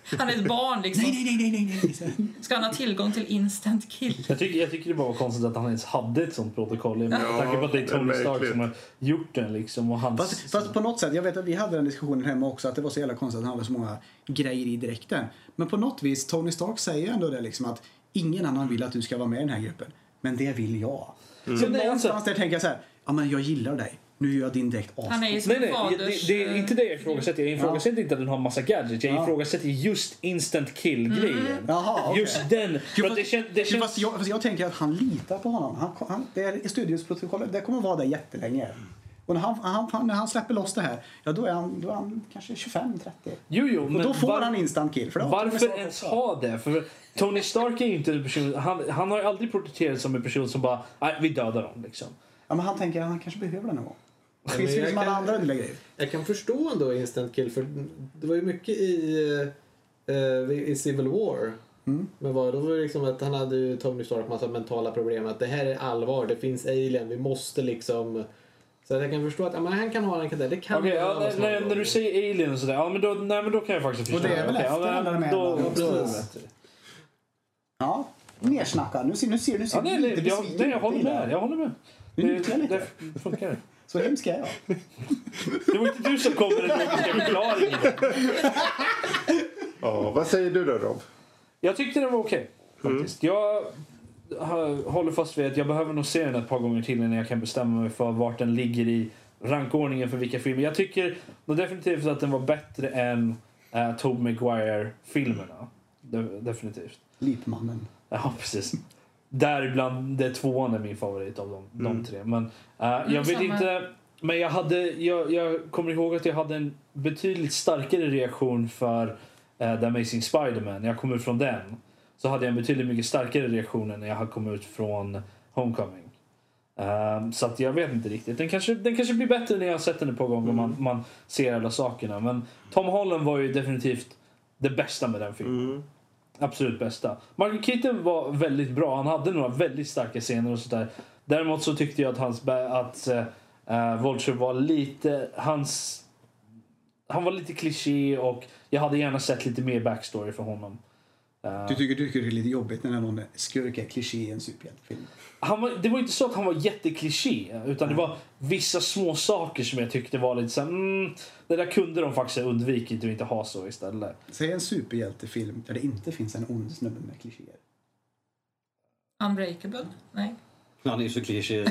Han är ett barn liksom. Nej, nej, nej, nej, nej, nej. Ska han ha tillgång till instant kill? Jag tycker, jag tycker det bara var konstigt att han ens hade ett sånt protokoll. Med Ja, tanke på att det är Tony det är Stark märkligt. som har gjort den liksom. Och hans... Fast, fast på något sätt, jag vet att vi hade den diskussionen hemma också, att det var så jävla konstigt att han hade så många grejer i dräkten. Men på något vis, Tony Stark säger ändå det liksom att ingen annan vill att du ska vara med i den här gruppen. Men det vill jag. Mm. Så Men det är någonstans alltså- där tänker jag så här, ja men jag gillar dig. Nu gör jag din dräkt as. Han är ju som Nej, nej, faders... det, det är inte det jag ifrågasätter. Jag ifrågasätter inte att den har massa gadgets. Jag Ja. ifrågasätter just instant kill-grejen. Jaha, okej. Just den. För Jo, att fast, det, kän, det jo, känns... fast, jag, fast jag tänker att han litar på honom. Han, han, det är studiosprotokollet, det kommer vara där jättelänge. Och när han, han, när han släpper loss det här, ja då är han, då är han kanske tjugofem trettio. Jo, jo, Och men då får var- han instant kill. För det har Tony Varför Stark ens också. ha det? För Tony Stark är ju inte en person... Han, han har ju aldrig porträtterats som en person som bara... Nej, vi dödar dem liksom. Ja, men han tänker att han kanske behöver det någon gång. Det men finns ju jag som alla kan- andra lilla grejer. Jag kan förstå ändå instant kill för det var ju mycket i, uh, i Civil War. Mm. Men vad, då var det liksom att han hade ju Tony Stark massa mentala problem att det här är allvar, det finns alien, vi måste liksom... Så att jag kan förstå att ja, men han kan ha den kadett, det kan Okej, ja, behövas när, någon när du gång. säger alien och sådär, ja men då, nej, men då kan jag faktiskt förstå. Och det är väl Okej, efter ja, alla de här då, jävla- då, då, precis. då, Ja, nersnackad. Nu ser nu ser, nu ser ja, nej, nej, lite jag, besviken nej, jag ut håller i det med. här. Jag håller med. Nu Det, nyttjar jag lite. det funkar. Så hemsk är jag. Det var inte du som kom med den logiska förklaringen. Ja, vad säger du då, Rob? Jag tyckte den var okej, faktiskt. Jag ha- håller fast vid att jag behöver nog se den ett par gånger till innan jag kan bestämma mig för vart den ligger i rankordningen för vilka filmer. Jag tycker nog definitivt att den var bättre än uh, Tobey Maguire-filmerna. De- definitivt. Lipmannen. Ja, precis. Däribland det tvåan är min favorit av de, de Mm. tre. Men uh, jag vet samma. inte... Men jag, hade, jag, jag kommer ihåg att jag hade en betydligt starkare reaktion för uh, The Amazing Spider-Man. När jag kom ut från den så hade jag en betydligt mycket starkare reaktion än när jag hade kommit ut från Homecoming. Um, så att jag vet inte riktigt. Den kanske, den kanske blir bättre när jag har sett den ett par gånger och man, man ser alla sakerna. Men Tom Holland var ju definitivt det bästa med den filmen. Mm. Absolut bästa. Michael Keaton var väldigt bra. Han hade några väldigt starka scener och sådär. Däremot så tyckte jag att hans bä- att uh, Vulture var lite hans han var lite kliché och jag hade gärna sett lite mer backstory för honom. Uh, Du tycker, du tycker det är lite jobbigt när någon skurk är kliché i en superhjältefilm. han var, det var inte så att han var jättekliché utan det var vissa små saker som jag tyckte var lite så här, mm, det där kunde de faktiskt ha undvikit och inte ha så istället. Säg en superhjältefilm där det inte finns en ond snubbe med klichéer. Unbreakable? Nej. Han är ju så kliché.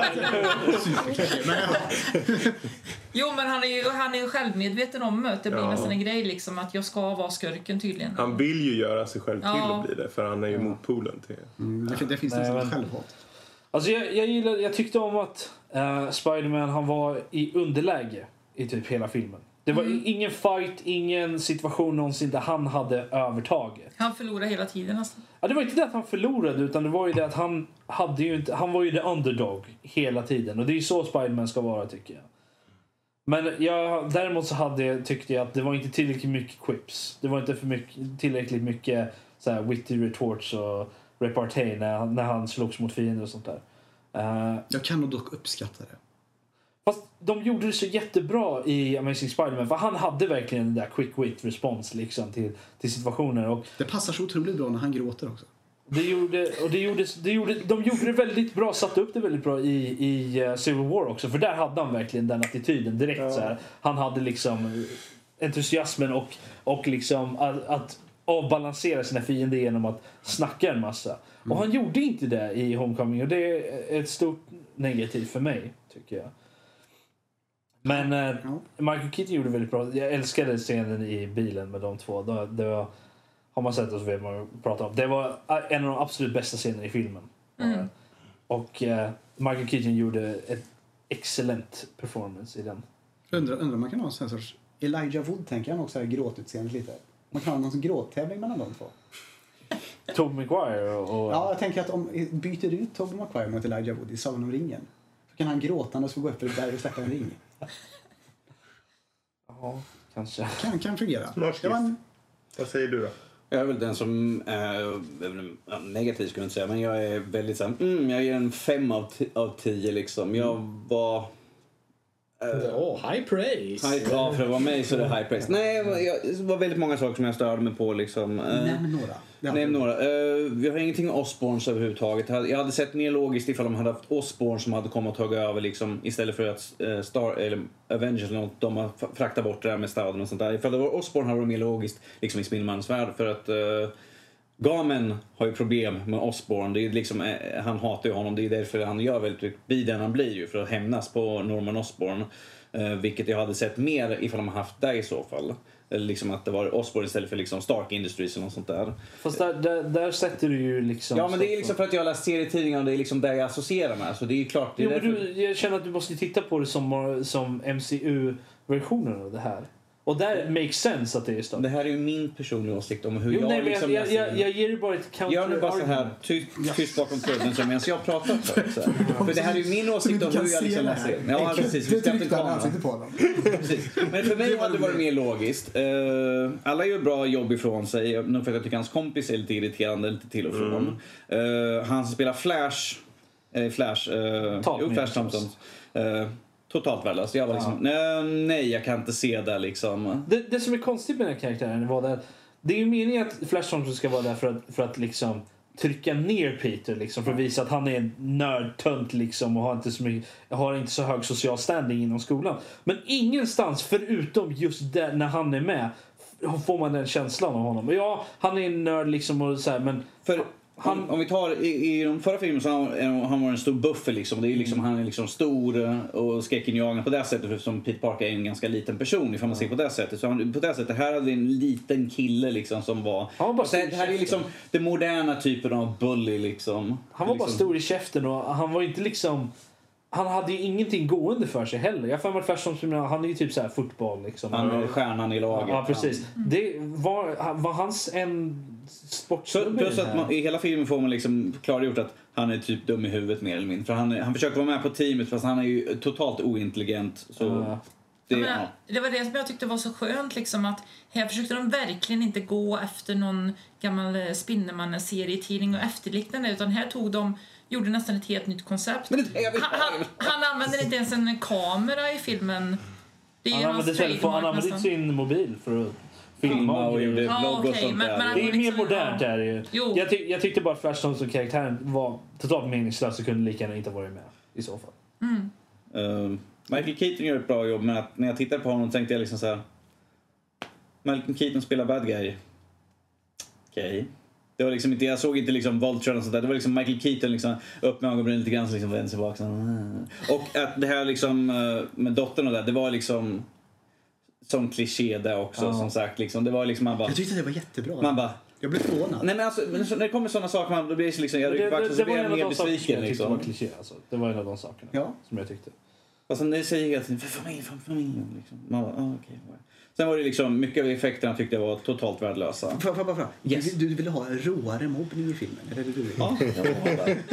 Jo, men han är ju, han är ju självmedveten om det. Det blir Ja. nästan en grej liksom att jag ska vara skurken tydligen. Han vill ju göra sig själv till Ja. att bli det, för han är ju motpolen till... Mm, det, det finns Nej, nästan men- självhat. Alltså jag, jag, gillade, jag tyckte om att uh, Spider-Man han var i underläge i typ hela filmen. Det var Mm. i- ingen fight, ingen situation någonsin där han hade övertaget. Han förlorar hela tiden nästan. Ja, det var inte det att han förlorade utan det var ju det att han hade ju inte, han var ju the underdog hela tiden och det är ju så Spider-Man ska vara tycker jag. Men jag, däremot så hade, jag- tyckte jag att det var inte tillräckligt mycket quips. Det var inte för mycket, tillräckligt mycket så här, witty retorts och repartee när, han- när han slogs mot fiender och sånt där. Uh, Jag kan nog dock uppskatta det. fast de gjorde det så jättebra i Amazing Spider-Man för han hade verkligen den där quick wit response liksom till, till situationer och Det passar så otroligt bra när han gråter också. det gjorde, och det gjorde, det gjorde, de gjorde det väldigt bra, satte upp det väldigt bra i, i uh, Civil War också. För där hade han verkligen den attityden direkt. Ja. Så här. Han hade liksom entusiasmen och, och liksom att, att avbalansera sina fiender genom att snacka en massa. Och han gjorde inte det i Homecoming och det är ett stort negativ för mig, tycker jag. Men uh, Ja. Michael Keaton gjorde väldigt bra. Jag älskade scenen i bilen med de två. Det, det var, har man sett det så vet man vad man pratar om. Det var en av de absolut bästa scenerna i filmen. Mm. Och uh, Michael Keaton gjorde ett excellent performance i den. Undrar, undrar om man kan ha en sån här sorts Elijah Wood, tänker jag också, gråtutseendet lite. Man kan ha någon gråttävling mellan de två. Tobey Maguire och... och Ja, jag tänker att om byter ut Tobey Maguire mot Elijah Wood i Sagan om ringen, så kan han gråtandes få gå upp för ett berg och släppa en ring. ja, kanske. Kan, kan fungera. Smart Det var en, Vad säger du då? Jag är väl den som är ja, negativ skulle jag inte säga, men jag är väldigt så här, mm, jag ger en fem av, ti- av tio liksom. Jag var Åh, oh, high praise. High, ja, för att vara mig så är det high praise. Nej, det var väldigt många saker som jag störde mig på. Liksom. Nämn några. Nämn några. Uh, vi har ingenting med Osborns överhuvudtaget. Jag hade sett mer logiskt ifall de hade haft Osborn som hade kommit och tagit över liksom, istället för att uh, Star, eller Avengers eller något, de har fraktat bort det där med staden och sånt där. Ifall det var Osborn hade det mer logiskt liksom, i Spindelmannens värld, för att uh, Gamen har ju problem med Osborn. Det är liksom, uh, han hatar ju honom. Det är därför han gör väldigt blir den han blir ju, för att hämnas på Norman Osborn. Uh, vilket jag hade sett mer ifall de har haft det i så fall. Eller liksom att det var Osborn istället för liksom Stark Industries eller något sånt där. Fast där, där, där sätter du ju liksom... Ja, men det är liksom för att jag har läst serietidningar och det är liksom det jag associerar med. Så det är ju klart... Det är jo, men därför... du, jag känner att du måste titta på det som, som M C U-versionen av det här. Och där makes sense att det är Stark. Det här är ju min personliga åsikt om hur jo, jag nej, liksom... Jag, jag, jag, jag ger dig bara ett counter. Gör nu bara så här tyst, tyst bakom klubben som ens jag pratar för. Så här. För det här är ju min åsikt om hur jag liksom ser. Ja, precis. Du tryckte han ansiktet på honom. Precis. Men för mig hade det varit mer logiskt. Uh, alla gör bra jobb ifrån sig. Nu för att jag tycker hans kompis är lite irriterande, lite till och från. Mm. Uh, han som spelar Flash... Eh, Flash... Uh, jo, Flash Thompson. Uh, totalt värdelös. Jag var liksom, nej, nej, jag kan inte se det liksom. Det, det som är konstigt med den här karaktären var det, det är ju meningen att Flash Thompson ska vara där för att, för att liksom trycka ner Peter liksom, för att visa att han är en nördtönt liksom, och har inte så mycket, har inte så hög social standing inom skolan. Men ingenstans förutom just där när han är med får man den känslan av honom. Ja, han är en nörd liksom och så här, men för Han, om vi tar i, i de förra filmen så han, han var en stor buffer liksom. Det är liksom, han är liksom stor och skräckinjagande på det sättet, för som Peter Parker är en ganska liten person ifall man ser på det sättet. Så han, på det sättet här hade vi en liten kille liksom som var, han var bara det här är liksom den moderna typen av bully liksom. Han var liksom, bara stor i käften och han var inte liksom, han hade ju ingenting gående för sig heller. Jag får mig som som han är ju typ så här fotboll liksom. Han är stjärnan i laget. Ja, precis. Han. Det var var hans en sportsnubbe. Plus att man, i hela filmen får man liksom klargjort att han är typ dum i huvudet mer eller mindre. För han, han försöker vara med på teamet fast han är ju totalt ointelligent. Så uh. det, menar, ja. det var det som jag tyckte var så skönt liksom, att här försökte de verkligen inte gå efter någon gammal Spindelmannen-serietidning och efterliknande, utan här tog de gjorde nästan ett helt nytt koncept. Men det, han, han, han använde inte ens en kamera i filmen. Det är han använde telefon, han använde sin mobil för att filma och gjorde ja, vlogg okay, och sånt men, där. men det är liksom, mer modernt ja. där ju. Jag, tyck, jag tyckte bara att Flash Thompson karaktären var totalt meningslös och kunde lika gärna inte varit med i så fall. Mm. Uh, Michael Keaton gör ett bra jobb, men att när jag tittade på honom tänkte jag liksom så här: Michael Keaton spelar bad guy. Okej. Okay. Det var liksom inte, jag såg inte liksom Vulture och sånt där. Det var liksom Michael Keaton liksom upp med ögonbrynen lite grann så liksom vände sig bak så. Och att det här liksom med dottern och där, det var liksom som kliché där också, ja. Som sagt liksom. Det var liksom man bara, jag tyckte det var jättebra. Man bara, jag blev förvånad. Nej men alltså, när det kommer såna saker man då blir det liksom jag det, det, så det var en av mer de sakerna besviken jag liksom. Det var kliché alltså. Det var en av de sakerna ja. Som jag tyckte. Alltså när det säger hela tiden för familj, för familj liksom. Man bara, ah, okej. Okay. Sen var det liksom, mycket av effekterna tyckte jag var totalt värdelösa. Får jag bara yes. du, du ville ha en råare mobbning i filmen? Är det det du vill? Ja, jag vill ha det.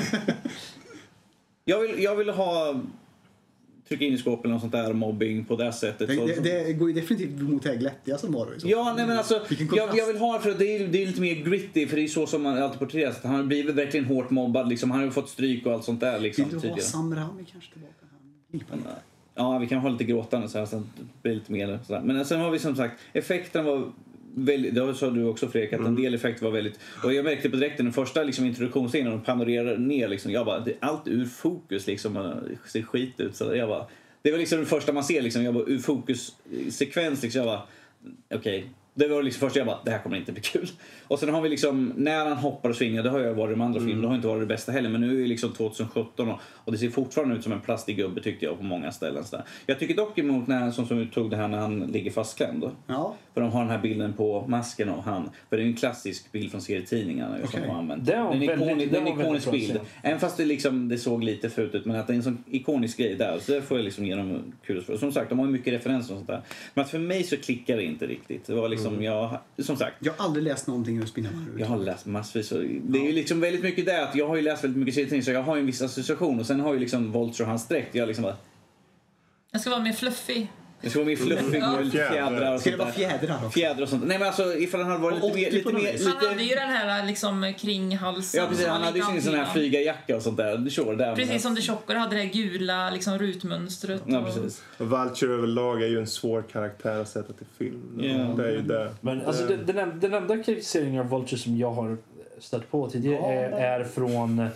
jag, vill, jag vill ha trycka in i skåp eller något sånt där, mobbing på det sättet. Det, så, det, det går ju definitivt mot det glättiga som var det. Ja, nej men alltså, jag, jag vill ha det för att det är, det är lite mer gritty, för det är så som man alltid porträtteras. Han har blivit verkligen hårt mobbad, liksom. Han har ju fått stryk och allt sånt där. Liksom, vill du ha Sam Raimi kanske tillbaka? Ja, vi kan ha lite gråtande så här, så det blir lite mer sådär. Men sen har vi som sagt, effekten var väldigt, det sa du också Fredrik, att en del effekter var väldigt, och jag märkte på direkten den första liksom introduktionsscenen och panorerar ner liksom, jag bara, det, allt ur fokus liksom, det ser skit ut så jag bara, det var liksom det första man ser liksom, jag bara ur fokus sekvens liksom, jag bara, okej. Okay. Det var liksom först jag bara, det här kommer inte bli kul. Och sen har vi liksom, när han hoppar och svingar, det har jag varit i de andra mm. filmerna, det har inte varit det bästa heller. Men nu är det liksom tjugohundrasjutton och, och det ser fortfarande ut som en plastig gubbe tyckte jag på många ställen. Så där. Jag tycker dock emot när, som, som vi tog det här när han ligger fastklämd. Ja. För de har den här bilden på masken och han. För det är en klassisk bild från serietidningarna okay. som de har använt. Det är en ikonisk, en ikonisk bild. Även fast det, liksom, det såg lite fult ut, men att det är en sån ikonisk grej där. Så det får jag liksom ge dem kul för. Som sagt, de har ju mycket referenser och sånt där. Men att för mig så klickar det inte riktigt. Det var liksom, mm. jag som sagt, jag har aldrig läst någonting ur Spindelmannen. Jag har läst massvis. Så det är ju liksom väldigt mycket där att jag har ju läst väldigt mycket serietidningar så jag har ju en viss association och sen har ju liksom Vulture hans dräkt. Jag liksom bara, jag ska vara mer fluffig. Det ska vara mer fluffig med lite fjädrar och Ska det sånt vara där. fjädrar också? Fjädrar och sånt. Nej men alltså ifall han hade varit lite mer... Lite mer Han hade lite... ju den här liksom kring halsen. Ja precis, som han var hade ju lite sin sån här antydan. flygarjacka och sånt där. Sure, där Precis som The Chocker hade det gula liksom rutmönstret. Ja och- precis. Och Vulture överlag är ju en svår karaktär att sätta till film. Ja. Det är ju det. Men alltså, den, den, den enda karaktäriseringen av Vulture som jag har stött på tidigare är, är från, uh,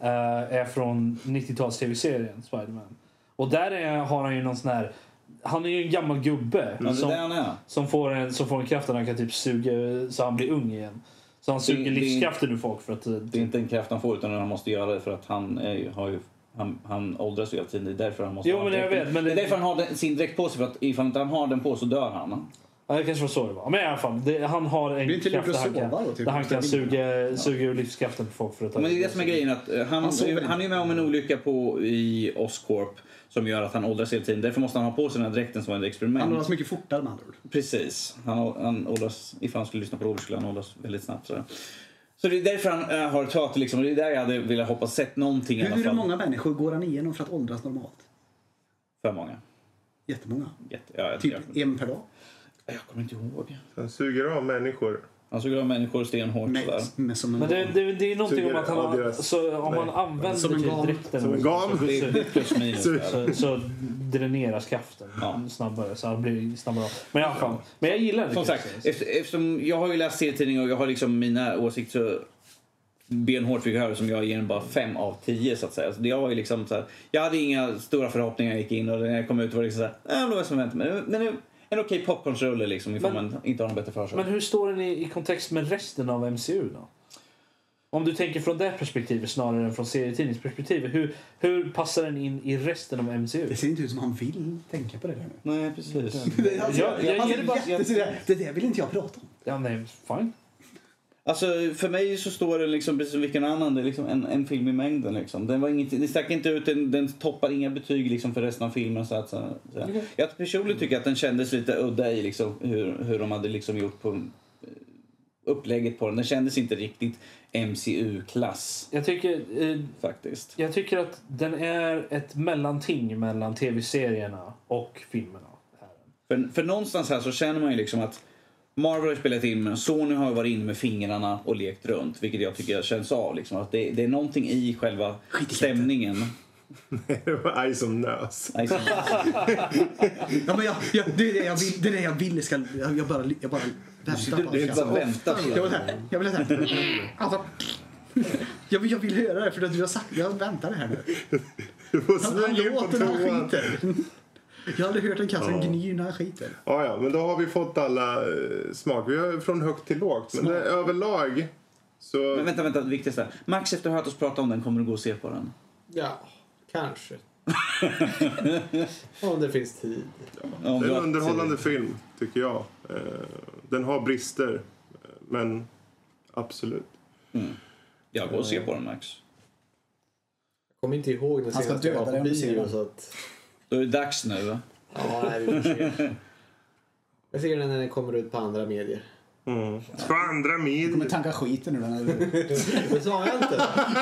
är från nittio-tals tv-serien Spider-Man. Och där är, har han ju någon sån här... Han är ju en gammal gubbe Ja, som, det är han är. som, får en, som får en kraft att han kan typ suga så han blir ung igen. Så han suger det- livskraften ur folk för att... Det är inte en kraft han får utan han måste göra det för att han är, ju- har ju han, han åldras ju hela tiden. Det är därför han måste Jo, ha men jag dräkten. vet, men det är det- därför han har den, sin dräkt på sig för att ifall inte han har den på så dör han. Ja, det kanske var så det var. Men i alla fall, det, han har en Det är inte kraft där han Lucas kan, sova då, typ. där han kan suga, suga ur livskraften på folk för att ta Men det är det som är grejen att eh, han, Han sover inte. han är med om en olycka på i Oscorp som gör att han åldras hela tiden. Därför måste han ha på sig den här dräkten som en experiment. Han åldras mycket fortare med andra ord. Precis. Han, han åldras, ifall han skulle lyssna på Robert skulle han åldras väldigt snabbt. Så, så det är därför han äh, har teater liksom. Och det är där jag hade velat hoppas sett någonting i alla Hur fall. många människor går han igenom för att åldras normalt? För många. Jättemånga. Jätte, ja, jag, Typ jag, en per dag. jag kommer inte ihåg. Han suger av människor. Han såg av människor stenhårt Med, sådär. med som en Men det, det, det är någonting Suger om att han av har, deras- så om man Nej. använder Som en typ gam. dräkten Som en så, gam. Det är plus minus Så- där. så, så dräneras kraften Ja. snabbare så han blir snabbare av. Men i alla fall, men jag gillar det. Som kan jag sagt, säga. efter, eftersom jag har ju läst serietidningar och jag har liksom mina åsikter så benhårt fick jag höra som jag ger bara fem av tio så att säga. Så det var ju liksom så här, jag hade inga stora förhoppningar när jag gick in och när jag kom ut var det liksom så här, äh, det var som väntat. Men, men en okej popcornsrulle liksom ifall Men- man inte har något bättre för sig. Men hur står den i, i kontext med resten av M C U då? Om du tänker från det perspektivet snarare än från serietidningsperspektivet. Hur, hur passar den in i resten av M C U? Det ser inte ut som han vill tänka på det där nu. Nej, precis. Det, alltså, Jag- jag han ger ser det bara- jätte- det, det där vill inte jag prata om. Ja, nej, fine. Alltså för mig så står det liksom precis som vilken annan, det är liksom en, en film i mängden liksom. Den var inget, det stack inte ut, den, den toppar inga betyg liksom för resten av filmen så att så, så. Okej. Jag personligen tycker att den kändes lite udda i liksom hur, hur de hade liksom gjort på eh, upplägget på den. Den kändes inte riktigt M C U-klass Jag tycker, eh, faktiskt. jag tycker att den är ett mellanting mellan tv-serierna och filmerna. Här. För, för någonstans här så känner man ju liksom att Marvel har spelat in men Sony har varit inne med fingrarna och lekt runt, vilket jag tycker känns av liksom att det, det är någonting i själva stämningen. Det var Ice som nös. Nej, så- Ja, men jag, jag, det är det jag vill. Det är det jag vill. Ska, jag, jag bara, jag bara väntar på det är det. bara vänta på Jag vill det. här. Jag vill här. Alltså, jag, vill, jag vill höra det för att du har sagt. Jag väntar det här nu. Du får Han, han smyga in på låter när han toan. skiter. Jag har aldrig hört en katt som Ja. gnyr när han skiter. Ja, ja, men då har vi fått alla eh, smak. Vi har från högt till lågt. Men det, överlag så... Men vänta, vänta, det viktigaste här. Max, efter att ha hört oss prata om den, kommer du gå och se på den? Ja, kanske. Om det finns tid. Om Det är du en har- underhållande film, tycker jag. Eh, Den har brister, eh, men absolut. Mm. Jag går och se på den, Max. Jag kommer inte ihåg när Han ska senast jag var döda på dig om du ser bio. den. Så att, Då är det dags nu, va? ja, nej, vi får se. Jag ser den när den kommer ut på andra medier. Mm. På andra Jag kommer medier. tanka skiten nu. Den här. Det sa jag inte.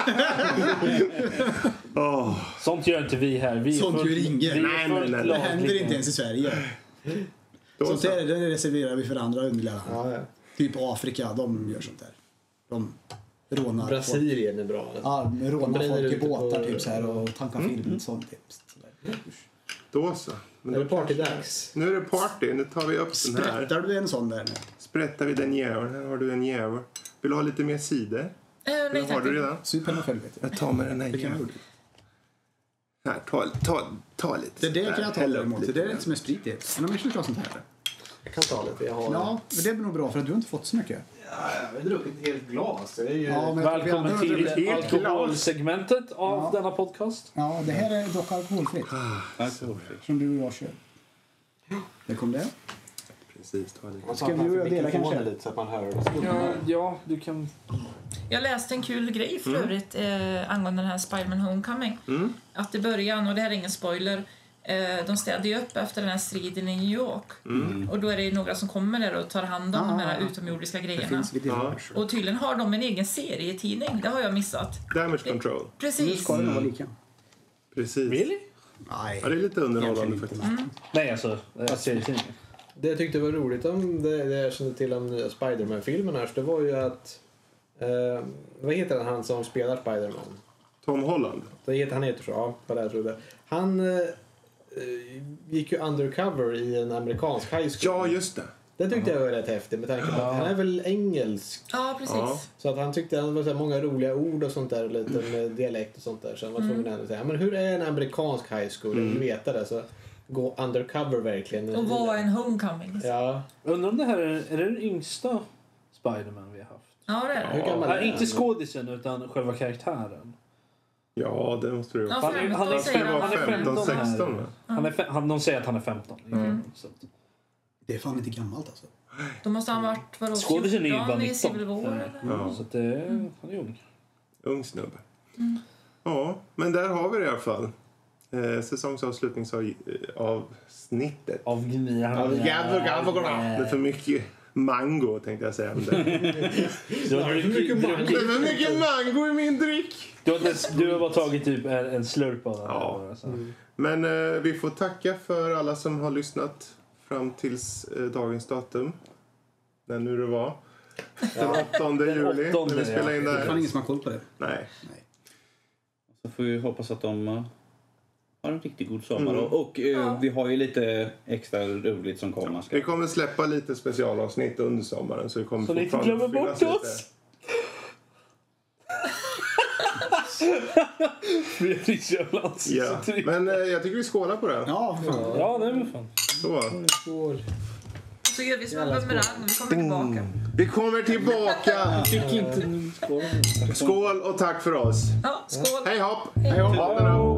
Åh, Sånt gör inte vi här. Vi är Sånt fullt- gör ingen. vi är Nej, fullt nej, nej. Det lagliga. händer inte ens i Sverige. då Sånt så. där det reserverar vi för andra underliga land. Ja, ja. Typ Afrika, de gör sånt där. De rånar folk. Brasilien är bra. Ja, de rånar Bränner folk i ut det båtar på- typ så här och tankar film. Sånt typ. Sådär. Då så. Men Är det då, partydags? nu är det party. Nu tar vi upp den här. Sprättar du en sån där nu? Sprättar vi den jäveln. Här har du en jävel. Vill du ha lite mer cider? Eh, nej, Eller har tack. du redan? Sup henne själv vet jag. Jag tar med den här Det kan jag jäveln. gjort. Här, ta, ta, ta lite. Det där kan jag ta Häll upp däremot. Det lite. där är inte som är sprit i. Men de är inte sånt här. Jag kan ta lite. Jag har Ja, men det är nog bra för att du har inte fått så mycket. Ja, jag har druckit ett helt glas. Det är ju... Ja, men Välkommen vi andra- till helt alkoholsegmentet av Ja. denna podcast. Ja, det här är dock alkoholfritt. Alkoholfritt. Som du och jag kör. Där kom det. Precis, ta lite. Man Ska tar vi framför dela mikrofonen kanske? lite så att man hör. Ja, ja, du kan... Jag läste en kul grej för övrigt eh, angående den här Spider-Man Homecoming. Mm. Att i början, och det här är ingen spoiler, eh, de städade ju upp efter den här striden i New York. Mm. Och då är det några som kommer där och tar hand om Ah, de här ja. utomjordiska Det grejerna. finns lite Ja. ja. Och tydligen har de en egen serietidning, det har jag missat. Damage control. Nu Precis. ska det nog vara lika. Precis. Really? Nej. Ja, det är lite underhållande Egentligen faktiskt. inte. Mm. Nej, alltså, jag serietidningen. Det jag tyckte var roligt om det, det jag kände till om nya Spider-Man-filmen här, så det var ju att... Eh, vad heter han, han som spelar Spider-Man? Tom Holland. Det heter, han heter så, ja, vad det jag trodde. Han eh, gick ju undercover i en amerikansk high school. Ja, just det. Det tyckte jag var rätt häftigt med tanke på att han är väl engelsk. Ja, precis. Ja. Så att han tyckte att det var så här många roliga ord och sånt där, lite med dialekt och sånt där. Så han var tvungen att säga, men hur är en amerikansk high school? Jag vill veta det, så gå undercover verkligen. Och vad är en homecoming? Ja. Undrar om det här är, är det den yngsta Spider-Man vi har haft? Ja, det är Hur det. gammal Ja, är inte han? skådisen utan själva karaktären. Ja, det måste det Ja, vara. Han är- han är- femton säger Det var han. han är femton femton här. sexton va? Han är fe- han, de säger att han är femton. Mm. Så att- Det är fan inte gammalt alltså. Då måste han varit vadå, Skådisen är ju bara fjorton i nitton. Civil War? Eller? Ja. Så att det, han är ung. Ung snubbe. Ja, men där har vi det i alla fall. Eh, säsongsavslutningsavsnittet. Av Gnia. Av jävla gamla. Med för mycket mango tänkte jag säga. Men det, Du har druckit- mycket druckit- mango. det är för mycket mango i min dryck. Du har, inte- du har bara tagit typ en, en slurp av den. Ja. här, så. Men eh, vi får tacka för alla som har lyssnat fram tills eh, dagens datum. När nu det var. Den åttonde Den juli. åttonde, när vi spelar ja. in Det är fan där. ingen som har koll på det. Nej. Så får vi hoppas att de uh, har en riktigt god sommar. Mm. Och, och uh, Ja. vi har ju lite extra roligt som kommer. Ska. Vi kommer släppa lite specialavsnitt under sommaren. Så, vi kommer Så ni inte fortfarande glömmer bort finnas oss. Fredrik Jölands. Lite. Ja. Men eh, jag tycker vi skålar på det. Ja, för fan. Ja, det är väl fan. Så. Skål. Så gör vi som en bumerang. Vi kommer tillbaka. Vi kommer tillbaka. Fick inte... Skål och tack för oss. Ja, skål! Hej hopp! Hej. Hej hopp!